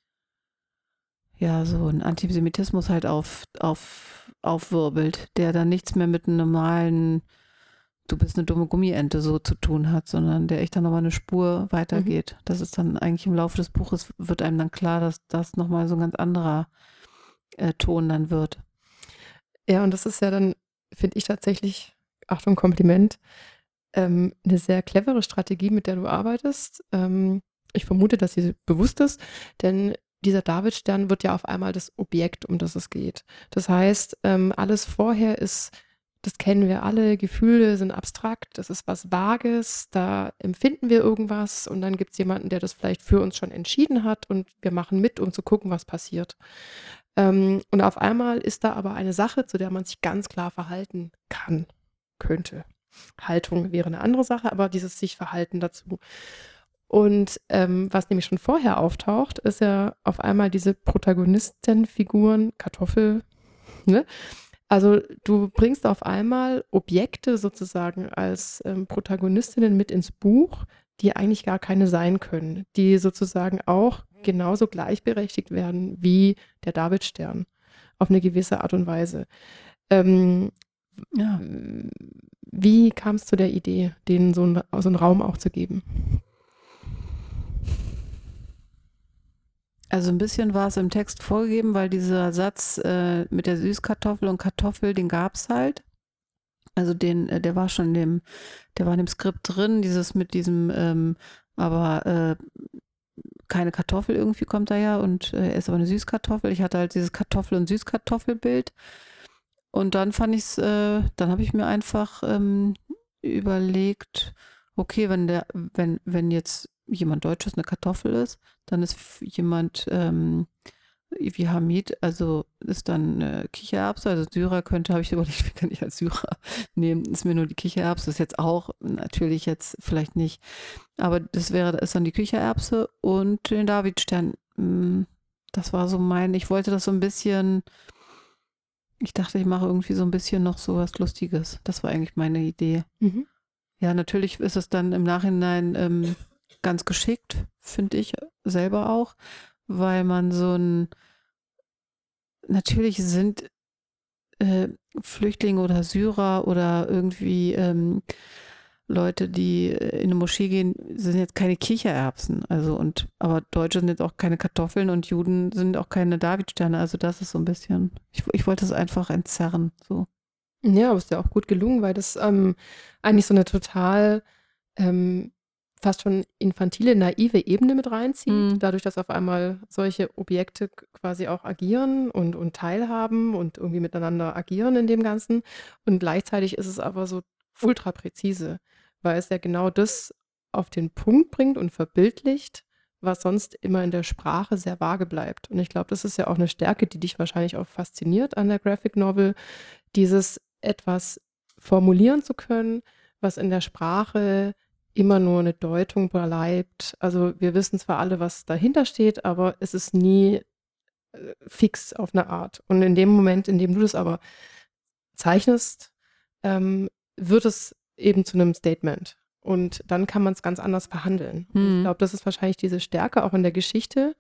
ja, so ein Antisemitismus halt auf, auf, aufwirbelt, der dann nichts mehr mit einem normalen, du bist eine dumme Gummiente so zu tun hat, sondern der echt dann nochmal eine Spur weitergeht. Das ist dann eigentlich im Laufe des Buches, wird einem dann klar, dass das nochmal so ein ganz anderer äh, Ton dann wird. Ja, und das ist ja dann, finde ich tatsächlich, Achtung, Kompliment, ähm, eine sehr clevere Strategie, mit der du arbeitest. Ähm, ich vermute, dass sie bewusst ist, denn dieser Davidstern wird ja auf einmal das Objekt, um das es geht. Das heißt, ähm, alles vorher ist, das kennen wir alle, Gefühle sind abstrakt, das ist was Vages, da empfinden wir irgendwas und dann gibt es jemanden, der das vielleicht für uns schon entschieden hat und wir machen mit, um zu gucken, was passiert. Ähm, und auf einmal ist da aber eine Sache, zu der man sich ganz klar verhalten kann. könnte. Haltung wäre eine andere Sache, aber dieses sich Verhalten dazu. Und ähm, was nämlich schon vorher auftaucht, ist ja auf einmal diese Protagonistenfiguren, Kartoffel, ne? Also du bringst auf einmal Objekte sozusagen als ähm, Protagonistinnen mit ins Buch, die eigentlich gar keine sein können, die sozusagen auch genauso gleichberechtigt werden wie der Davidstern auf eine gewisse Art und Weise. Ähm, Ja. Wie kam es zu der Idee, denen so, ein, so einen Raum auch zu geben? Also ein bisschen war es im Text vorgegeben, weil dieser Satz äh, mit der Süßkartoffel und Kartoffel, den gab es halt. Also den, äh, der war schon in dem, der war in dem Skript drin, dieses mit diesem, ähm, aber äh, keine Kartoffel irgendwie kommt da ja und äh, er ist aber eine Süßkartoffel. Ich hatte halt dieses Kartoffel- und Süßkartoffelbild. Und dann fand ich es, äh, dann habe ich mir einfach ähm, überlegt, okay, wenn der, wenn, wenn jetzt jemand Deutsches eine Kartoffel ist, dann ist jemand ähm, wie Hamid, also ist dann äh, Kichererbse, also Syrer könnte, habe ich überlegt, wie kann ich als Syrer nehmen, ist mir nur die Kichererbse, ist jetzt auch, natürlich jetzt vielleicht nicht, aber das wäre, ist dann die Kichererbse und den Davidstern. Das war so mein, ich wollte das so ein bisschen, ich dachte, ich mache irgendwie so ein bisschen noch so was Lustiges. Das war eigentlich meine Idee. Mhm. Ja, natürlich ist es dann im Nachhinein ähm, ganz geschickt, finde ich selber auch, weil man so ein, natürlich sind äh, Flüchtlinge oder Syrer oder irgendwie ähm, Leute, die in eine Moschee gehen, sind jetzt keine Kichererbsen. Also und aber Deutsche sind jetzt auch keine Kartoffeln und Juden sind auch keine Davidsterne. Also das ist so ein bisschen. Ich, ich wollte es einfach entzerren. So. Ja, aber ist ja auch gut gelungen, weil das ähm, eigentlich so eine total ähm, fast schon infantile, naive Ebene mit reinzieht, Mhm. dadurch, dass auf einmal solche Objekte quasi auch agieren und, und teilhaben und irgendwie miteinander agieren in dem Ganzen. Und gleichzeitig ist es aber so ultra präzise, weil es ja genau das auf den Punkt bringt und verbildlicht, was sonst immer in der Sprache sehr vage bleibt. Und ich glaube, das ist ja auch eine Stärke, die dich wahrscheinlich auch fasziniert an der Graphic Novel, dieses etwas formulieren zu können, was in der Sprache immer nur eine Deutung bleibt. Also wir wissen zwar alle, was dahinter steht, aber es ist nie äh, fix auf eine Art. Und in dem Moment, in dem du das aber zeichnest, ähm, wird es eben zu einem Statement. Und dann kann man es ganz anders verhandeln. Und ich Mhm. glaube, das ist wahrscheinlich diese Stärke auch in der Geschichte,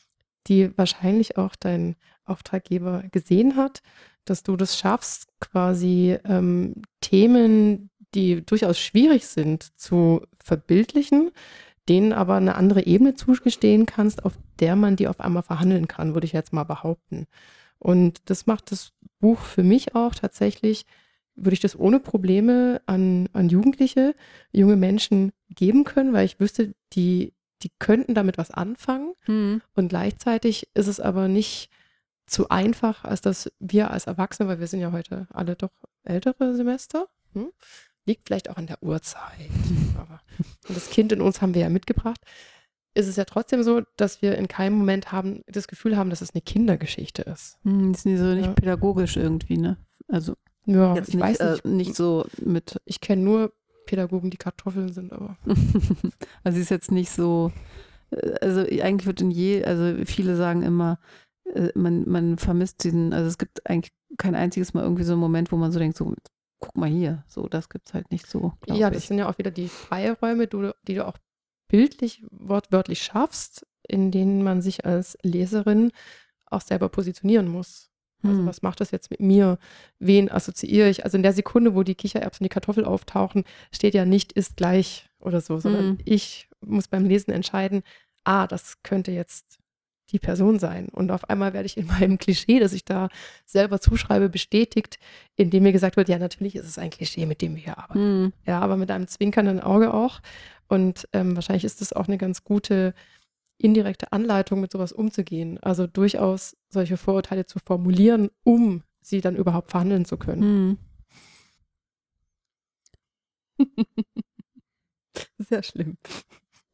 die wahrscheinlich auch dein Auftraggeber gesehen hat, dass du das schaffst, quasi ähm, Themen, die durchaus schwierig sind, zu verbildlichen, denen aber eine andere Ebene zugestehen kannst, auf der man die auf einmal verhandeln kann, würde ich jetzt mal behaupten. Und das macht das Buch für mich auch tatsächlich, würde ich das ohne Probleme an, an Jugendliche, junge Menschen geben können, weil ich wüsste, die, die könnten damit was anfangen. Mhm. Und gleichzeitig ist es aber nicht zu einfach, als dass wir als Erwachsene, weil wir sind ja heute alle doch ältere Semester, hm? Liegt vielleicht auch an der Uhrzeit, aber und das Kind in uns haben wir ja mitgebracht, ist es ja trotzdem so, dass wir in keinem Moment haben, das Gefühl haben, dass es eine Kindergeschichte ist. Mhm. Das ist nicht so nicht Ja. pädagogisch irgendwie, ne? Also Ja, jetzt ich nicht, weiß nicht. Äh, nicht so mit. Ich kenne nur Pädagogen, die Kartoffeln sind, aber. Also sie ist jetzt nicht so. Also eigentlich wird in je, also viele sagen immer, man, man vermisst diesen, also es gibt eigentlich kein einziges Mal irgendwie so einen Moment, wo man so denkt, so, guck mal hier, so, das gibt es halt nicht so, glaube Ja, ich. das sind ja auch wieder die Freiräume, du, die du auch bildlich, wortwörtlich schaffst, in denen man sich als Leserin auch selber positionieren muss. Also Hm. was macht das jetzt mit mir? Wen assoziiere ich? Also in der Sekunde, wo die Kichererbsen und die Kartoffel auftauchen, steht ja nicht ist gleich oder so, sondern Hm. ich muss beim Lesen entscheiden, ah, das könnte jetzt die Person sein. Und auf einmal werde ich in meinem Klischee, das ich da selber zuschreibe, bestätigt, indem mir gesagt wird, ja, natürlich ist es ein Klischee, mit dem wir hier arbeiten. Hm. Ja, aber mit einem zwinkernden Auge auch. Und ähm, wahrscheinlich ist das auch eine ganz gute indirekte Anleitung, mit sowas umzugehen. Also durchaus solche Vorurteile zu formulieren, um sie dann überhaupt verhandeln zu können. Hm. Sehr schlimm.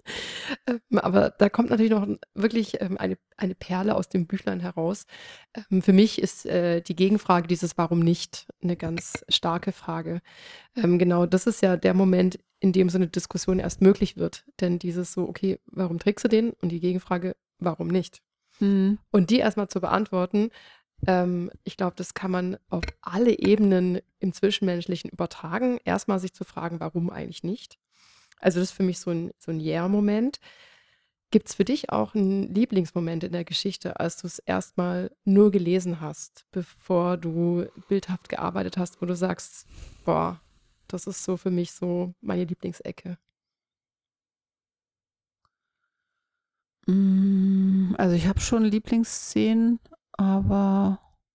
Ähm, aber da kommt natürlich noch 'n wirklich, ähm, eine eine Perle aus dem Büchlein heraus. Ähm, für mich ist, äh, die Gegenfrage dieses „Warum nicht?“ 'ne ganz starke Frage. Ähm, genau, das ist ja der Moment, in dem so 'ne Diskussion erst möglich wird. Denn dieses so: „Okay, warum trägst du den?“ Und die Gegenfrage: „Warum nicht?“ Mhm. Und die erst mal zu beantworten, ähm, ich glaube, das kann man auf alle Ebenen im Zwischenmenschlichen übertragen. Erst mal sich zu fragen: „Warum eigentlich nicht?“ Also, das ist für mich so 'n so 'n Yeah-Moment. Gibt's für dich auch 'n Lieblingsmoment in der Geschichte, als du's erst mal nur gelesen hast, bevor du bildhaft gearbeitet hast, wo du sagst: „Boah, das ist so für mich so meine Lieblingsecke?“ Hm, also, ich habe schon Lieblingsszenen, aber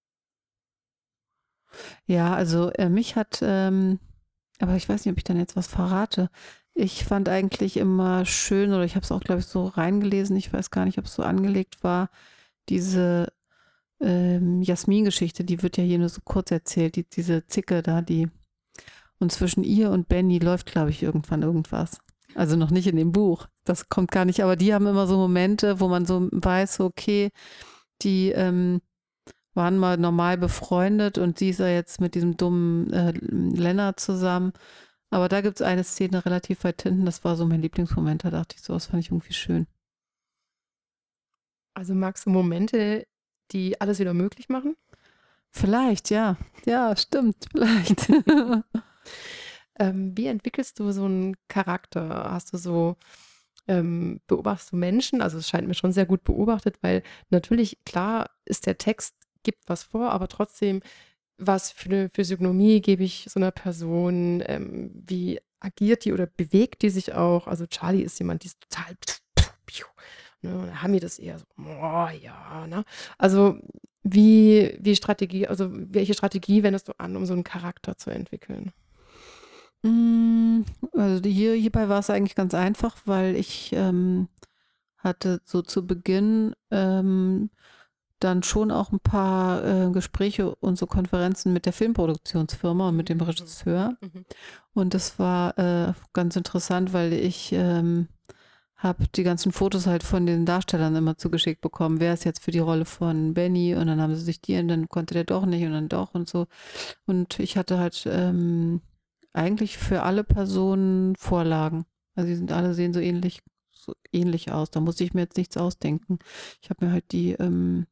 ja, also, äh, mich hat, ähm aber ich weiß nicht, ob ich dann jetzt was verrate. Ich fand eigentlich immer schön oder ich habe es auch, glaube ich, so reingelesen, ich weiß gar nicht, ob's so angelegt war, diese, ähm, Jasmin-Geschichte, die wird ja hier nur so kurz erzählt, die diese Zicke da, die und zwischen ihr und Benny läuft, glaube ich, irgendwann irgendwas. Also, noch nicht in dem Buch. Das kommt gar nicht, aber die haben immer so Momente, wo man so weiß, so okay, die, ähm, waren mal normal befreundet und sie ist ja jetzt mit diesem dummen, äh, Lennart zusammen. Aber da gibt's eine Szene relativ weit hinten, das war so mein Lieblingsmoment. Da dachte ich so: „Das fand ich irgendwie schön.“ Also, magst du Momente, die alles wieder möglich machen? Vielleicht, ja. Ja, stimmt, vielleicht. Ähm, wie entwickelst du so 'n Charakter? Hast du so ähm, beobachtest du Menschen? Also, es scheint mir schon sehr gut beobachtet, weil natürlich, klar ist der Text gibt was vor, aber trotzdem, was für 'ne Physiognomie gebe ich so 'ner Person? Ähm, wie agiert die oder bewegt die sich auch? Also, Charlie ist jemand, die ist total ne, und Hami das eher so: „Oh ja“, ne? Also, wie wie Strategie also, welche Strategie wendest du an, um so 'n Charakter zu entwickeln? Hm, also, die hier hierbei war's eigentlich ganz einfach, weil ich, ähm, hatte so zu Beginn, ähm, dann schon auch 'n paar, äh, Gespräche und so Konferenzen mit der Filmproduktionsfirma und mit dem Mhm. Regisseur. Mhm. Und das war, äh, ganz interessant, weil ich, ähm, habe die ganzen Fotos halt von den Darstellern immer zugeschickt bekommen. Wer ist jetzt für die Rolle von Benny? Und dann haben sie sich die und dann konnte der doch nicht und dann doch und so. Und ich hatte halt, ähm, eigentlich für alle Personen Vorlagen. Also, die sind alle sehen so ähnlich so ähnlich aus. Da musste ich mir jetzt nichts ausdenken. Ich habe mir halt die, ähm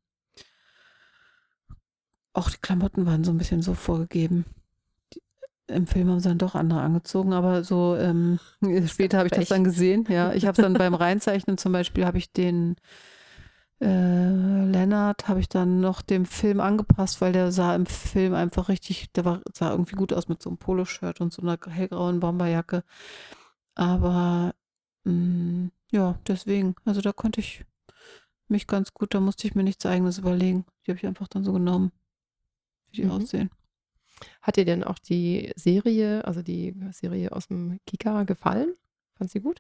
auch die Klamotten waren so 'n bisschen so vorgegeben. Die im Film haben sie dann doch andere angezogen, aber so, ähm, Ist ja später habe ich das Pech. dann gesehen, ja. Ich habe es dann beim Reinzeichnen zum Beispiel habe ich den, äh, Lennart habe ich dann noch dem Film angepasst, weil der sah im Film einfach richtig der war sah irgendwie gut aus mit so 'nem Poloshirt und so 'ner hellgrauen Bomberjacke. Aber, hm, ja, deswegen. Also, da konnte ich mich ganz gut da musste ich mir nichts Eigenes überlegen. Die habe ich einfach dann so genommen, wie die Mhm. aussehen. Hat dir denn auch die Serie also, die Serie aus'm Kika gefallen? Fandst du die gut?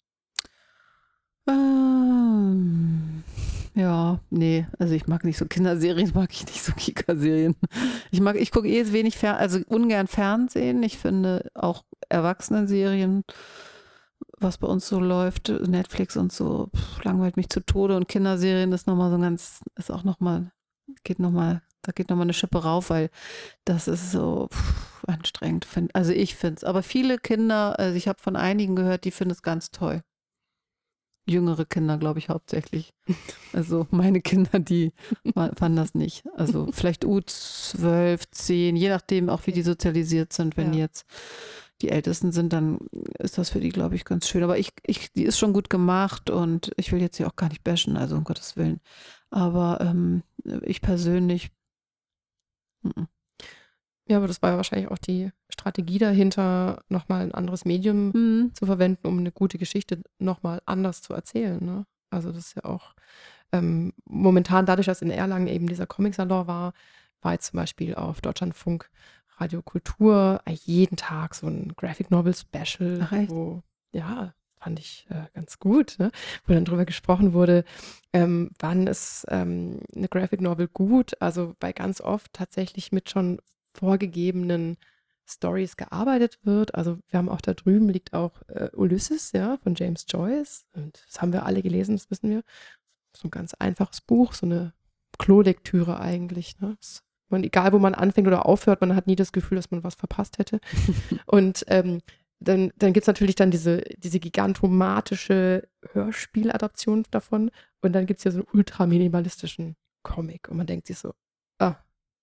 Ähm, ja, ne, also, ich mag nicht so Kinderserien mag ich nicht so Kika-Serien. Ich mag ich gucke eh wenig Fer also, ungern Fernsehen. Ich finde auch Erwachsenenserien, was bei uns so läuft, Netflix und so, langweilt mich zu Tode und Kinderserien ist noch mal so 'n ganz ist auch noch mal geht noch mal da geht noch mal 'ne Schippe rauf, weil das ist so anstrengend, find also, ich finde es. Aber viele Kinder also, ich habe von einigen gehört, die finden es ganz toll. Jüngere Kinder, glaube ich, hauptsächlich. Also, meine Kinder, die fa fanden das nicht. Also, vielleicht U zwölf, zehn, je nachdem auch, wie Okay. die sozialisiert sind. Wenn die Ja. jetzt die Ältesten sind, dann ist das für die, glaube ich, ganz schön. Aber ich ich die ist schon gut gemacht und ich will jetzt hier auch gar nicht bashen, also, um Gottes Willen. Aber, ähm, ich persönlich m-m. Ja, aber das war ja wahrscheinlich auch die Strategie dahinter, noch mal 'n anderes Medium Mhm. zu verwenden, um 'ne gute Geschichte noch mal anders zu erzählen, ne? Also, das ist ja auch, ähm, momentan dadurch, dass in Erlangen eben dieser Comic-Salon war, war jetzt zum Beispiel auf Deutschlandfunk Radio Kultur eigentlich jeden Tag so 'n Graphic-Novel-Special, Ach echt? wo ja, fand ich, äh, ganz gut, ne? Wo dann drüber gesprochen wurde, ähm, wann ist, ähm, 'ne Graphic-Novel gut? Also, weil ganz oft tatsächlich mit schon vorgegebenen Stories gearbeitet wird. Also wir haben auch da drüben liegt auch äh, Ulysses, ja, von James Joyce. Und das haben wir alle gelesen, das wissen wir. So ein ganz einfaches Buch, so eine Klolektüre eigentlich. Ne? Das, man, egal, wo man anfängt oder aufhört, man hat nie das Gefühl, dass man was verpasst hätte. Und ähm, dann, dann gibt es natürlich dann diese, diese gigantomatische Hörspieladaption davon. Und dann gibt es ja so einen ultraminimalistischen Comic. Und man denkt sich so, ah,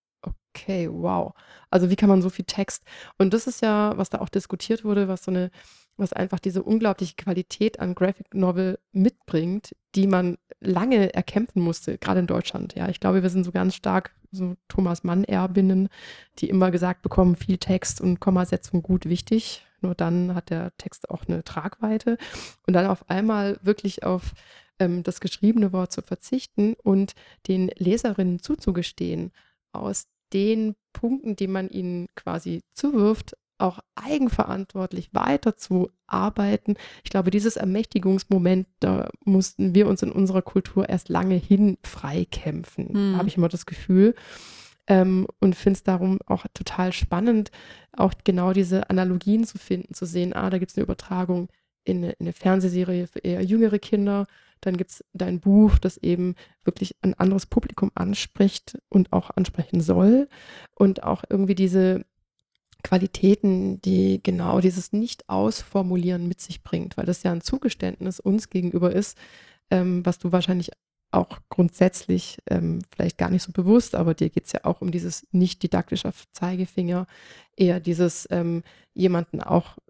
okay, wow. Also wie kann man so viel Text? Und das ist ja, was da auch diskutiert wurde, was so eine, was einfach diese unglaubliche Qualität an Graphic Novel mitbringt, die man lange erkämpfen musste, gerade in Deutschland. Ja, ich glaube, wir sind so ganz stark so Thomas Mann-Erbinnen, die immer gesagt bekommen, viel Text und Kommasetzung gut wichtig. Nur dann hat der Text auch eine Tragweite. Und dann auf einmal wirklich auf ähm, das geschriebene Wort zu verzichten und den Leserinnen zuzugestehen, aus den Punkten, die man ihnen quasi zuwirft, auch eigenverantwortlich weiterzuarbeiten. Ich glaube, dieses Ermächtigungsmoment, da mussten wir uns in unserer Kultur erst lange hin freikämpfen, Hm. habe ich immer das Gefühl. Ähm, und finde es darum auch total spannend, auch genau diese Analogien zu finden, zu sehen, ah, da gibt es eine Übertragung in eine, in eine Fernsehserie für eher jüngere Kinder. Dann gibt es dein Buch, das eben wirklich ein anderes Publikum anspricht und auch ansprechen soll. Und auch irgendwie diese Qualitäten, die genau dieses Nicht-Ausformulieren mit sich bringt, weil das ja ein Zugeständnis uns gegenüber ist, ähm, was du wahrscheinlich auch grundsätzlich ähm, vielleicht gar nicht so bewusst, aber dir geht es ja auch um dieses nicht didaktische Zeigefinger, eher dieses ähm, jemanden auch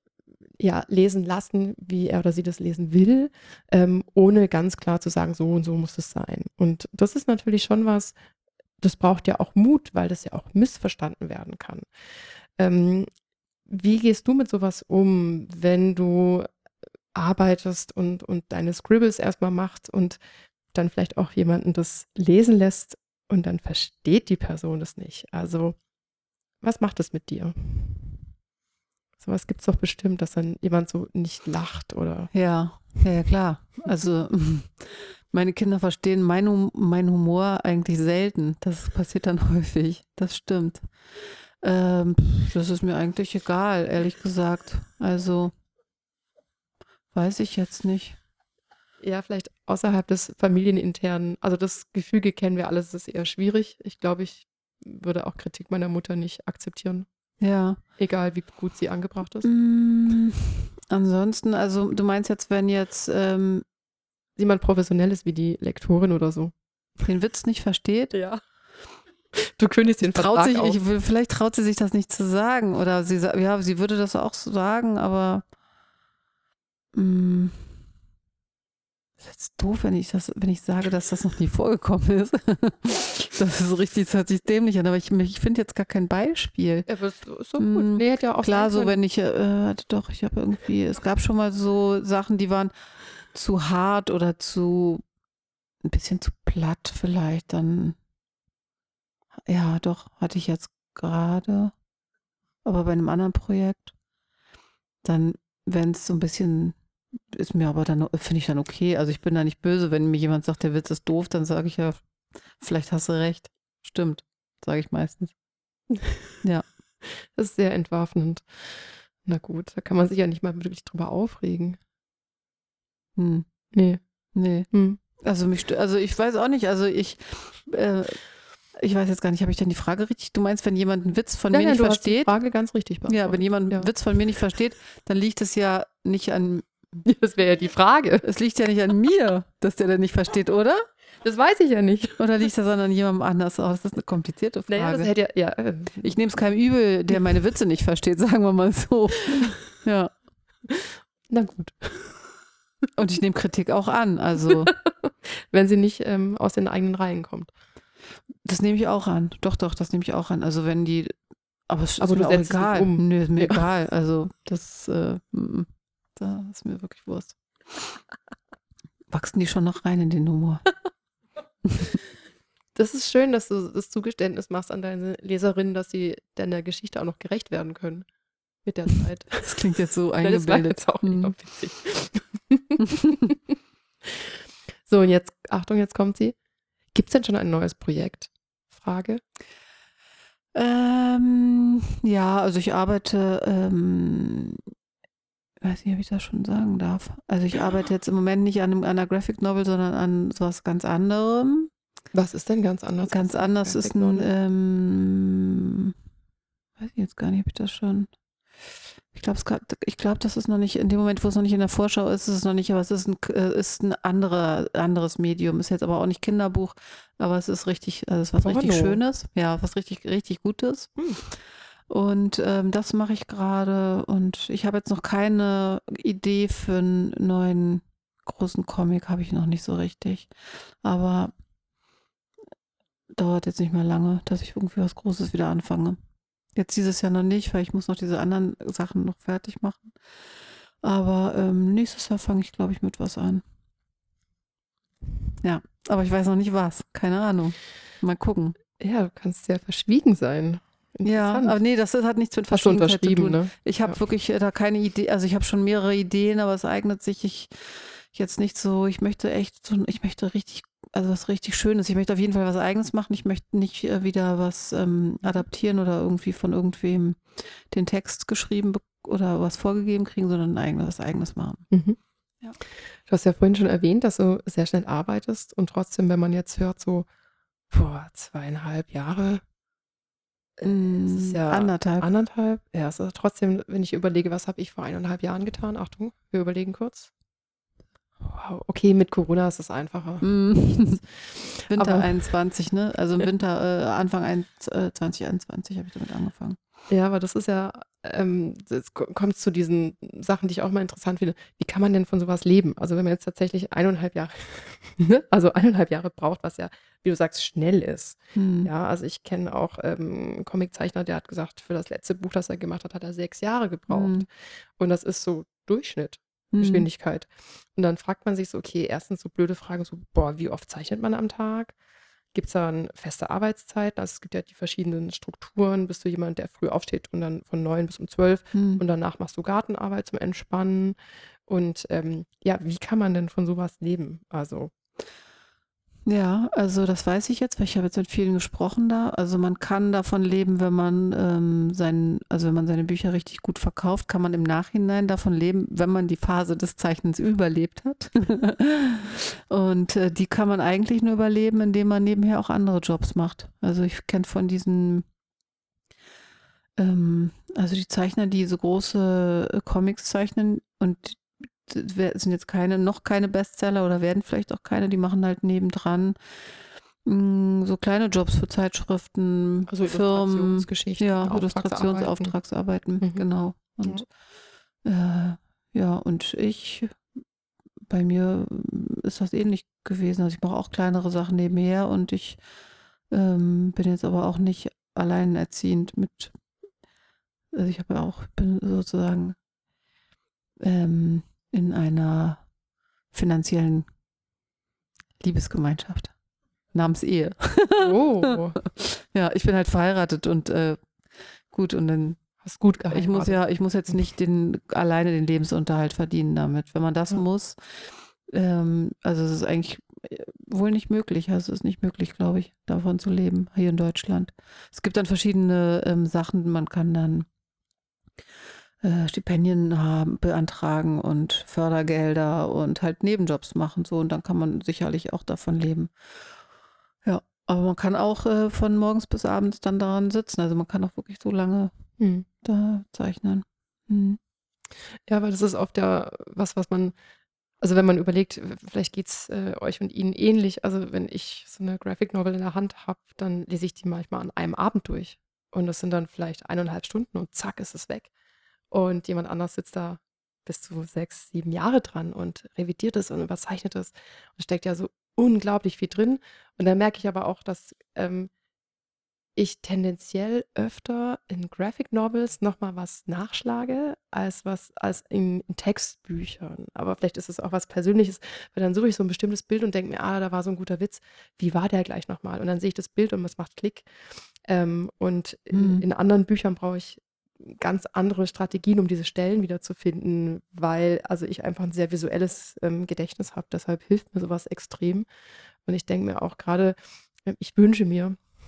ja, lesen lassen, wie er oder sie das lesen will, ähm, ohne ganz klar zu sagen, so und so muss es sein. Und das ist natürlich schon was, das braucht ja auch Mut, weil das ja auch missverstanden werden kann. Ähm, wie gehst du mit sowas um, wenn du arbeitest und, und deine Scribbles erstmal machst und dann vielleicht auch jemanden das lesen lässt und dann versteht die Person das nicht? Also, was macht das mit dir? Sowas gibt es doch bestimmt, dass dann jemand so nicht lacht oder. Ja, ja, ja, klar. Also meine Kinder verstehen meinen mein Humor eigentlich selten. Das passiert dann häufig. Das stimmt. Ähm, das ist mir eigentlich egal, ehrlich gesagt. Also weiß ich jetzt nicht. Ja, vielleicht außerhalb des familieninternen, also das Gefüge kennen wir alles, das ist eher schwierig. Ich glaube, ich würde auch Kritik meiner Mutter nicht akzeptieren, Ja. egal wie gut sie angebracht ist. Mm, ansonsten, also du meinst jetzt, wenn jetzt ähm, Jemand Professionelles wie die Lektorin oder so. den Witz nicht versteht, Ja. Du kündigst den traut Vertrag sich, auf. ich, will- vielleicht traut sie sich das nicht zu sagen. Oder sie sa- ja, sie würde das auch so sagen, aber mm, das ist jetzt doof, wenn ich das, wenn ich sage, dass das noch nie vorgekommen ist. Das ist richtig, das hört sich dämlich an, aber ich, ich finde jetzt gar kein Beispiel. Ja, aber ist so, ist so Mm, gut. Nee, hätte ja auch Klar, sein so können. wenn ich, äh, warte doch, ich habe irgendwie, es gab schon mal so Sachen, die waren zu hart oder zu, ein bisschen zu platt vielleicht, dann, ja, doch, hatte ich jetzt gerade, aber bei einem anderen Projekt, dann, wenn es so ein bisschen, ist mir aber dann, finde ich dann okay, also ich bin da nicht böse, wenn mir jemand sagt, der Witz ist doof, dann sage ich ja, vielleicht hast du recht, stimmt, sage ich meistens. Ja. Das ist sehr entwaffnend. Na gut, da kann man sich ja nicht mal wirklich drüber aufregen. Hm. Nee. Nee. Hm. Also mich, stö- also ich weiß auch nicht, also ich, äh, ich weiß jetzt gar nicht, habe ich denn die Frage richtig? Du meinst, wenn jemand einen Witz von Nein, mir nein, nicht du hast die versteht? Frage ganz richtig beantwortet. Ja, wenn jemand einen Ja. Witz von mir nicht versteht, dann liegt es ja nicht an, Das wäre ja die Frage. es liegt ja nicht an mir, dass der den nicht versteht, oder? Das weiß ich ja nicht. Oder liegt das an jemandem anders? Oh, das ist eine komplizierte Frage. Naja, das hätte ja, ja äh, Ich nehme es keinem übel, der meine Witze nicht versteht, sagen wir mal so. Ja. na gut. Und ich nehme Kritik auch an. Also, Wenn sie nicht ähm, aus den eigenen Reihen kommt. das nehme ich auch an. Doch, doch, das nehme ich auch an. Also, wenn die. Aber es ist Aber du mir auch setzt es nicht egal. um. Nö, ist mir Ja. egal. Also, das, äh, mm, da ist mir wirklich Wurst. Wachsen die schon noch rein in den Humor? Das ist schön, dass du das Zugeständnis machst an deine Leserinnen, dass sie deiner Geschichte auch noch gerecht werden können. Mit der Zeit. Das klingt jetzt so Nein, das war eingebildet. jetzt auch Hm. eher witzig. So, und jetzt, Achtung, jetzt kommt sie. Gibt es denn schon ein neues Projekt? Frage. Ähm, ja, also ich arbeite, ähm, weiß nicht, ob ich das schon sagen darf. Also ich arbeite jetzt im Moment nicht an, einem, an einer Graphic Novel, sondern an sowas ganz anderem. Was ist denn ganz anders Ganz als eine anders ist Graphic ein, Novel? ähm, weiß ich jetzt gar nicht, ob ich das schon. Ich glaube, ich glaube, das ist noch nicht, in dem Moment, wo es noch nicht in der Vorschau ist, ist es noch nicht, aber es ist ein, äh, ist ein anderer, anderes Medium. Ist jetzt aber auch nicht Kinderbuch, aber es ist richtig, also es ist was richtig Porno. Schönes, ja, was richtig, richtig Gutes. Hm. Und ähm, das mache ich gerade und ich habe jetzt noch keine Idee für einen neuen großen Comic, habe ich noch nicht so richtig. Aber dauert jetzt nicht mehr lange, dass ich irgendwie was Großes wieder anfange. Jetzt dieses Jahr noch nicht, weil ich muss noch diese anderen Sachen noch fertig machen. Aber ähm, nächstes Jahr fange ich, glaube ich, mit was an. Ja, aber ich weiß noch nicht was. Keine Ahnung. Mal gucken. Ja, du kannst sehr verschwiegen sein. Ja, aber Interessant. nee, das hat nichts mit Hast du Verschwiegenheit zu unterschrieben, tun. ne? Ich Ja. habe wirklich äh, da keine Idee, also ich habe schon mehrere Ideen, aber es eignet sich ich jetzt nicht so, ich möchte echt so, ich möchte richtig, also was richtig Schönes. Ich möchte auf jeden Fall was Eigenes machen. Ich möchte nicht äh, wieder was ähm, adaptieren oder irgendwie von irgendwem den Text geschrieben be- oder was vorgegeben kriegen, sondern ein eigenes, was Eigenes machen. Mhm. Ja. Du hast ja vorhin schon erwähnt, dass du sehr schnell arbeitest und trotzdem, wenn man jetzt hört, so vor zweieinhalb Jahre, äh, es ist Mm, ja anderthalb. anderthalb, ja, es ist trotzdem, wenn ich überlege, was habe ich vor eineinhalb Jahren getan? Achtung, wir überlegen kurz. Wow, okay, mit Corona ist es einfacher. Mm. Nichts. Winter Aber einundzwanzig, ne? Also im Winter, äh, Anfang ein, äh, zwanzig einundzwanzig habe ich damit angefangen. ja, aber das ist ja, ähm, jetzt ko- kommt zu diesen Sachen, die ich auch mal interessant finde. Wie kann man denn von sowas leben? Also wenn man jetzt tatsächlich eineinhalb Jahre, ne? Also eineinhalb Jahre braucht, was ja, wie du sagst, schnell ist. Hm. Ja, also ich kenne auch ähm, einen Comiczeichner, der hat gesagt, für das letzte Buch, das er gemacht hat, hat er sechs Jahre gebraucht. Hm. Und das ist so Durchschnitt, Hm. Geschwindigkeit. Und dann fragt man sich so, okay, erstens so blöde Fragen, so, boah, wie oft zeichnet man am Tag? Gibt es da eine feste Arbeitszeit? Also es gibt ja die verschiedenen Strukturen. Bist du jemand, der früh aufsteht und dann von neun bis um zwölf Hm. und danach machst du Gartenarbeit zum Entspannen? Und ähm, ja, wie kann man denn von sowas leben? Also, Ja, also das weiß ich jetzt, weil ich habe jetzt mit vielen gesprochen da. Also man kann davon leben, wenn man ähm, sein, also wenn man seine Bücher richtig gut verkauft, kann man im Nachhinein davon leben, wenn man die Phase des Zeichnens überlebt hat. Und äh, die kann man eigentlich nur überleben, indem man nebenher auch andere Jobs macht. Also ich kenne von diesen, ähm, also die Zeichner, die so große äh, Comics zeichnen und es sind jetzt keine, noch keine Bestseller oder werden vielleicht auch keine, die machen halt nebendran mh, so kleine Jobs für Zeitschriften, also Firmen, Illustrationsgeschichten, ja, Auftragsarbeiten. Illustrationsauftragsarbeiten, Mhm. genau. Ja. Und äh, ja, und ich, bei mir ist das ähnlich gewesen. Also ich mache auch kleinere Sachen nebenher und ich ähm, bin jetzt aber auch nicht alleinerziehend mit, also ich habe ja auch, bin sozusagen ähm, in einer finanziellen Liebesgemeinschaft namens Ehe. Oh, Ja, ich bin halt verheiratet und äh, gut und dann hast gut ich muss geheiratet. ja, ich muss jetzt nicht den alleine den Lebensunterhalt verdienen damit. Wenn man das Ja. muss, ähm, also es ist eigentlich äh, wohl nicht möglich. Also es ist nicht möglich, glaube ich, davon zu leben hier in Deutschland. Es gibt dann verschiedene ähm, Sachen. Man kann dann äh, Stipendien haben, beantragen und Fördergelder und halt Nebenjobs machen so und dann kann man sicherlich auch davon leben. Ja, aber man kann auch äh, von morgens bis abends dann daran sitzen. Also man kann auch wirklich so lange Hm. da zeichnen. Hm. Ja, aber das ist oft ja was, was man, also wenn man überlegt, w- vielleicht geht es äh, euch und ihnen ähnlich. Also wenn ich so eine Graphic Novel in der Hand habe, dann lese ich die manchmal an einem Abend durch. Und das sind dann vielleicht eineinhalb Stunden und zack ist es weg. Und jemand anders sitzt da bis zu sechs, sieben Jahre dran und revidiert es und überzeichnet es. Und steckt ja so unglaublich viel drin. Und dann merke ich aber auch, dass ähm, ich tendenziell öfter in Graphic Novels noch mal was nachschlage, als was als in in Textbüchern. Aber vielleicht ist es auch was Persönliches, weil dann suche ich so ein bestimmtes Bild und denke mir: „Ah, da war so ein guter Witz. Wie war der gleich noch mal?“ Und dann sehe ich das Bild und es macht Klick. Ähm, und in Hm. in anderen Büchern brauche ich ganz andere Strategien, um diese Stellen wiederzufinden, weil also ich einfach ein sehr visuelles, ähm, Gedächtnis habe. Deshalb hilft mir sowas extrem. Und ich denke mir auch gerade, ähm, ich wünsche mir,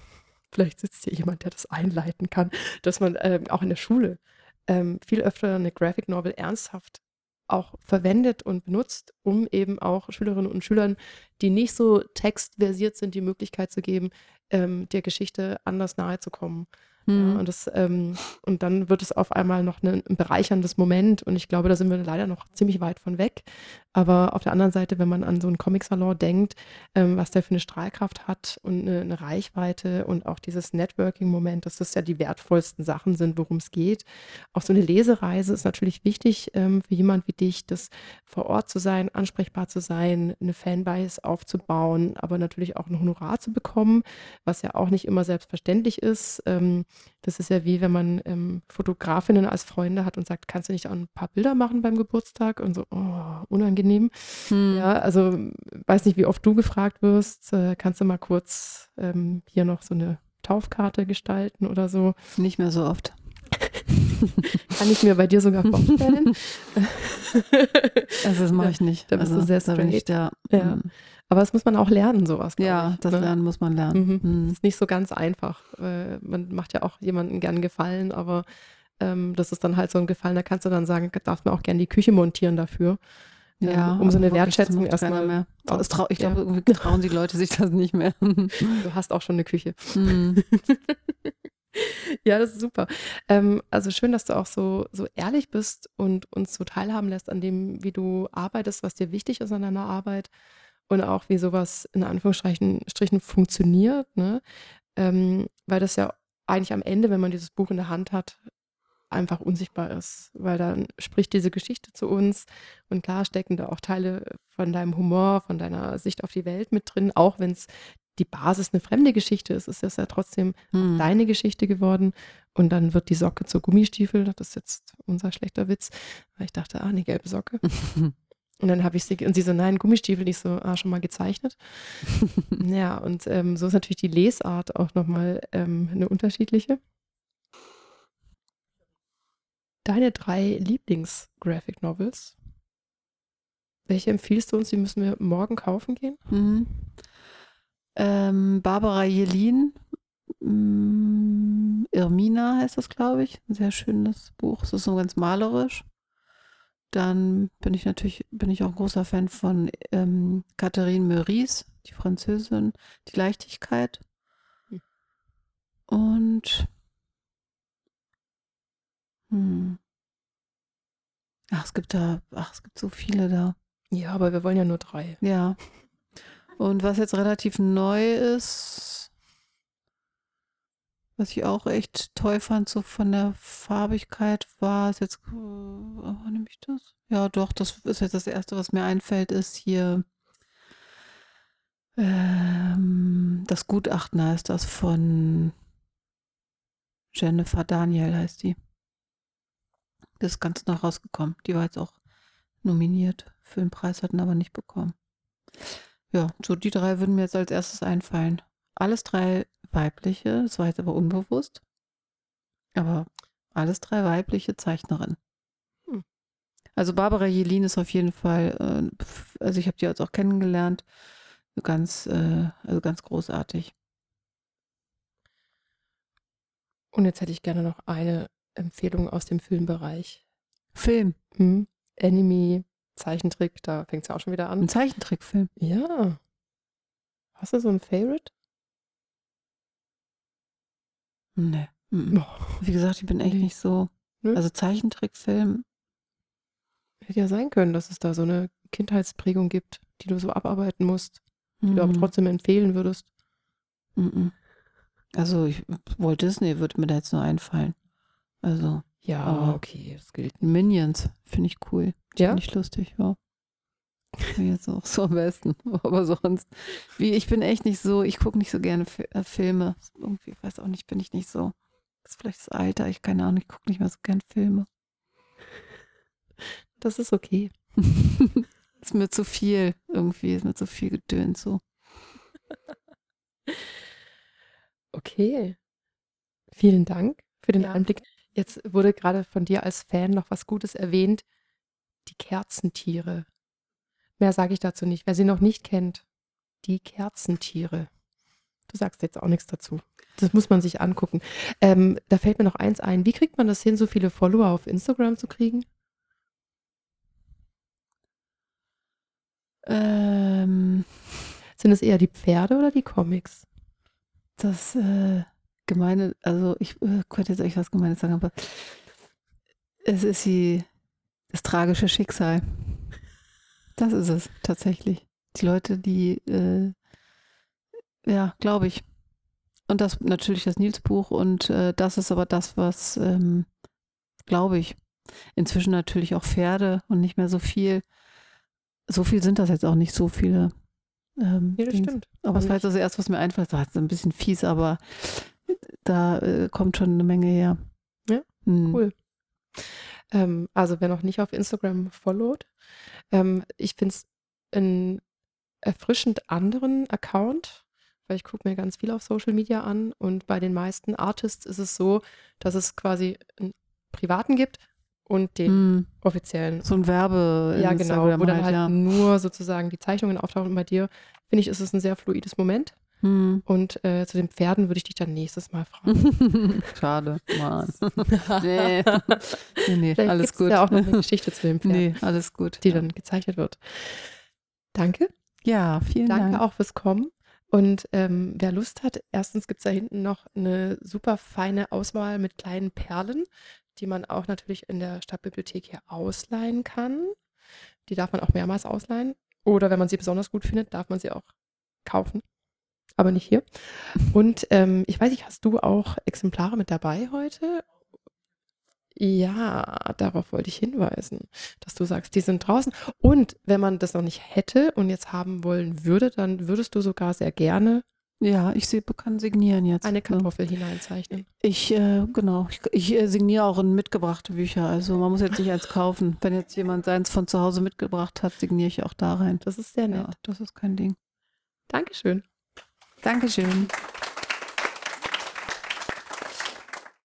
vielleicht sitzt hier jemand, der das einleiten kann, dass man ähm, auch in der Schule ähm, viel öfter eine Graphic Novel ernsthaft auch verwendet und benutzt, um eben auch Schülerinnen und Schülern, die nicht so textversiert sind, die Möglichkeit zu geben, ähm, der Geschichte anders nahezukommen. Ja, Hm. und das, ähm, und dann wird es auf einmal noch ne- ein bereicherndes Moment und ich glaube, da sind wir leider noch ziemlich weit von weg. Aber auf der anderen Seite, wenn man an so einen Comic-Salon denkt, ähm, was der für eine Strahlkraft hat und eine, eine Reichweite und auch dieses Networking-Moment, dass das ja die wertvollsten Sachen sind, worum es geht. Auch so eine Lesereise ist natürlich wichtig ähm, für jemand wie dich, das vor Ort zu sein, ansprechbar zu sein, eine Fanbase aufzubauen, aber natürlich auch ein Honorar zu bekommen, was ja auch nicht immer selbstverständlich ist. Ähm, das ist ja wie, wenn man ähm, Fotografinnen als Freunde hat und sagt, kannst du nicht auch ein paar Bilder machen beim Geburtstag? Und so, oh, unangenehm. Hm. Ja, also weiß nicht, wie oft du gefragt wirst, äh, kannst du mal kurz ähm, hier noch so eine Taufkarte gestalten oder so? Nicht mehr so oft. Kann ich mir bei dir sogar vorstellen. Also das mache ich nicht. Da bist also, du sehr da bin ich straight. der, Ja. mm. Aber das muss man auch lernen, sowas, glaube Ja, ich. das Ne? Lernen muss man lernen. Mhm. Hm. Das ist nicht so ganz einfach. Äh, man macht ja auch jemandem gern Gefallen, aber ähm, das ist dann halt so ein Gefallen, da kannst du dann sagen, darf man auch gern die Küche montieren dafür. Ähm, Ja, um so aber eine wirklich, das Wertschätzung macht keiner erstmal. mehr. Auch, Das trau, ich ja. glaube, irgendwie trauen die Leute sich das nicht mehr. Du hast auch schon eine Küche. Hm. Ja, das ist super. Ähm, also schön, dass du auch so, so ehrlich bist und uns so teilhaben lässt an dem, wie du arbeitest, was dir wichtig ist an deiner Arbeit und auch wie sowas in Anführungsstrichen Strichen funktioniert, ne? Ähm, weil das ja eigentlich am Ende, wenn man dieses Buch in der Hand hat, einfach unsichtbar ist, weil dann spricht diese Geschichte zu uns und klar stecken da auch Teile von deinem Humor, von deiner Sicht auf die Welt mit drin, auch wenn es die Basis eine fremde Geschichte ist, ist es ja trotzdem auch Hm. deine Geschichte geworden und dann wird die Socke zur Gummistiefel, das ist jetzt unser schlechter Witz, weil ich dachte, ah, eine gelbe Socke. Und dann habe ich sie, und sie so, nein, Gummistiefel, nicht so, ah, schon mal gezeichnet. Ja, und ähm, so ist natürlich die Lesart auch nochmal ähm, eine unterschiedliche. Deine drei Lieblings-Graphic Novels, welche empfiehlst du uns? Die müssen wir morgen kaufen gehen? Mhm. Ähm, Barbara Jelin, mm, Irmina heißt das, glaube ich. Ein sehr schönes Buch. Es ist so ganz malerisch. Dann bin ich natürlich, bin ich auch ein großer Fan von ähm, Catherine Meurice, die Französin, die Leichtigkeit. Hm. Und hm. Ach, es gibt da, ach, es gibt so viele da. Ja, aber wir wollen ja nur drei. Ja. Und was jetzt relativ neu ist, was ich auch echt toll fand, so von der Farbigkeit, war es jetzt, äh, wo nehme ich das? Ja, doch, das ist jetzt das Erste, was mir einfällt, ist hier ähm, das Gutachten heißt das von Jennifer Daniel heißt die. Das ist ganz noch rausgekommen. Die war jetzt auch nominiert für den Preis, hatten aber nicht bekommen. Ja, so die drei würden mir jetzt als erstes einfallen. Alles drei weibliche, das war jetzt aber unbewusst. Aber alles drei weibliche Zeichnerinnen. Hm. Also Barbara Jelin ist auf jeden Fall, äh, also ich habe die jetzt auch kennengelernt, ganz, äh, also ganz großartig. Und jetzt hätte ich gerne noch eine Empfehlung aus dem Filmbereich. Film. Hm? Anime, Zeichentrick, da fängt es ja auch schon wieder an. Ein Zeichentrickfilm. Ja. Hast du so ein Favorite? Nee. Mhm. Oh, Wie gesagt, ich bin echt nee. nicht so. Nö. Also Zeichentrickfilm. Hätte ja sein können, dass es da so eine Kindheitsprägung gibt, die du so abarbeiten musst, die du aber Mhm. trotzdem empfehlen würdest. Mhm. Also ich, Walt Disney würde mir da jetzt nur einfallen. Also Ja, aber okay, das gilt. Minions finde ich cool. Ja? Finde ich lustig, ja. Jetzt auch so am besten. Aber sonst, wie, ich bin echt nicht so, ich gucke nicht so gerne Fi- äh, Filme. Irgendwie, weiß auch nicht, bin ich nicht so. Das ist vielleicht das Alter, ich keine Ahnung, ich gucke nicht mehr so gern Filme. Das ist okay. Ist mir zu viel irgendwie, ist mir zu viel Gedöns so. Okay. Vielen Dank für den Ja. Einblick. Jetzt wurde gerade von dir als Fan noch was Gutes erwähnt. Die Kerzentiere. Mehr sage ich dazu nicht. Wer sie noch nicht kennt, die Kerzentiere. Du sagst jetzt auch nichts dazu. Das muss man sich angucken. Ähm, da fällt mir noch eins ein. Wie kriegt man das hin, so viele Follower auf Instagram zu kriegen? Ähm, Sind es eher die Pferde oder die Comics? das äh, Gemeine, also ich äh, könnte jetzt euch was Gemeines sagen, aber es ist die, das tragische Schicksal. Das ist es tatsächlich. Die Leute, die, äh, ja, glaube ich. Und das natürlich das Nils-Buch und äh, das ist aber das, was, ähm, glaube ich, inzwischen natürlich auch Pferde und nicht mehr so viel. So viel sind das jetzt auch nicht, so viele. Ähm, Ja, das Dings. stimmt. Aber es war jetzt das erste, was mir einfällt. Das war jetzt ein bisschen fies, aber da äh, kommt schon eine Menge her. Ja, Hm. cool. Ähm, also wer noch nicht auf Instagram followt, ähm, ich finde es einen erfrischend anderen Account, weil ich gucke mir ganz viel auf Social Media an und bei den meisten Artists ist es so, dass es quasi einen privaten gibt und den Hm. offiziellen. So ein Werbe Ja, genau, Instagram wo dann halt, halt ja. nur sozusagen die Zeichnungen auftauchen. Und bei dir, finde ich, ist es ein sehr fluides Moment. Hm. Und äh, zu den Pferden würde ich dich dann nächstes Mal fragen. Schade, Mann. nee. nee, nee, Vielleicht alles gibt es gut. ja auch noch eine Geschichte zu den Pferden, Nee, alles gut. die ja. dann gezeichnet wird. Danke. Ja, vielen Danke Dank. auch fürs Kommen. Und ähm, wer Lust hat, erstens gibt es da hinten noch eine super feine Auswahl mit kleinen Perlen, die man auch natürlich in der Stadtbibliothek hier ausleihen kann. Die darf man auch mehrmals ausleihen. Oder wenn man sie besonders gut findet, darf man sie auch kaufen. Aber nicht hier. Und ähm, ich weiß nicht, hast du auch Exemplare mit dabei heute? Ja, darauf wollte ich hinweisen, dass du sagst, die sind draußen. Und wenn man das noch nicht hätte und jetzt haben wollen würde, dann würdest du sogar sehr gerne Ja, ich seh, kann signieren jetzt. eine Ja. Kartoffel hineinzeichnen. Ich, äh, genau, ich, ich äh, signiere auch in mitgebrachte Bücher. Also man muss jetzt nicht eins kaufen. Wenn jetzt jemand seins von zu Hause mitgebracht hat, signiere ich auch da rein. Das ist sehr nett. Ja, das ist kein Ding. Dankeschön. Dankeschön.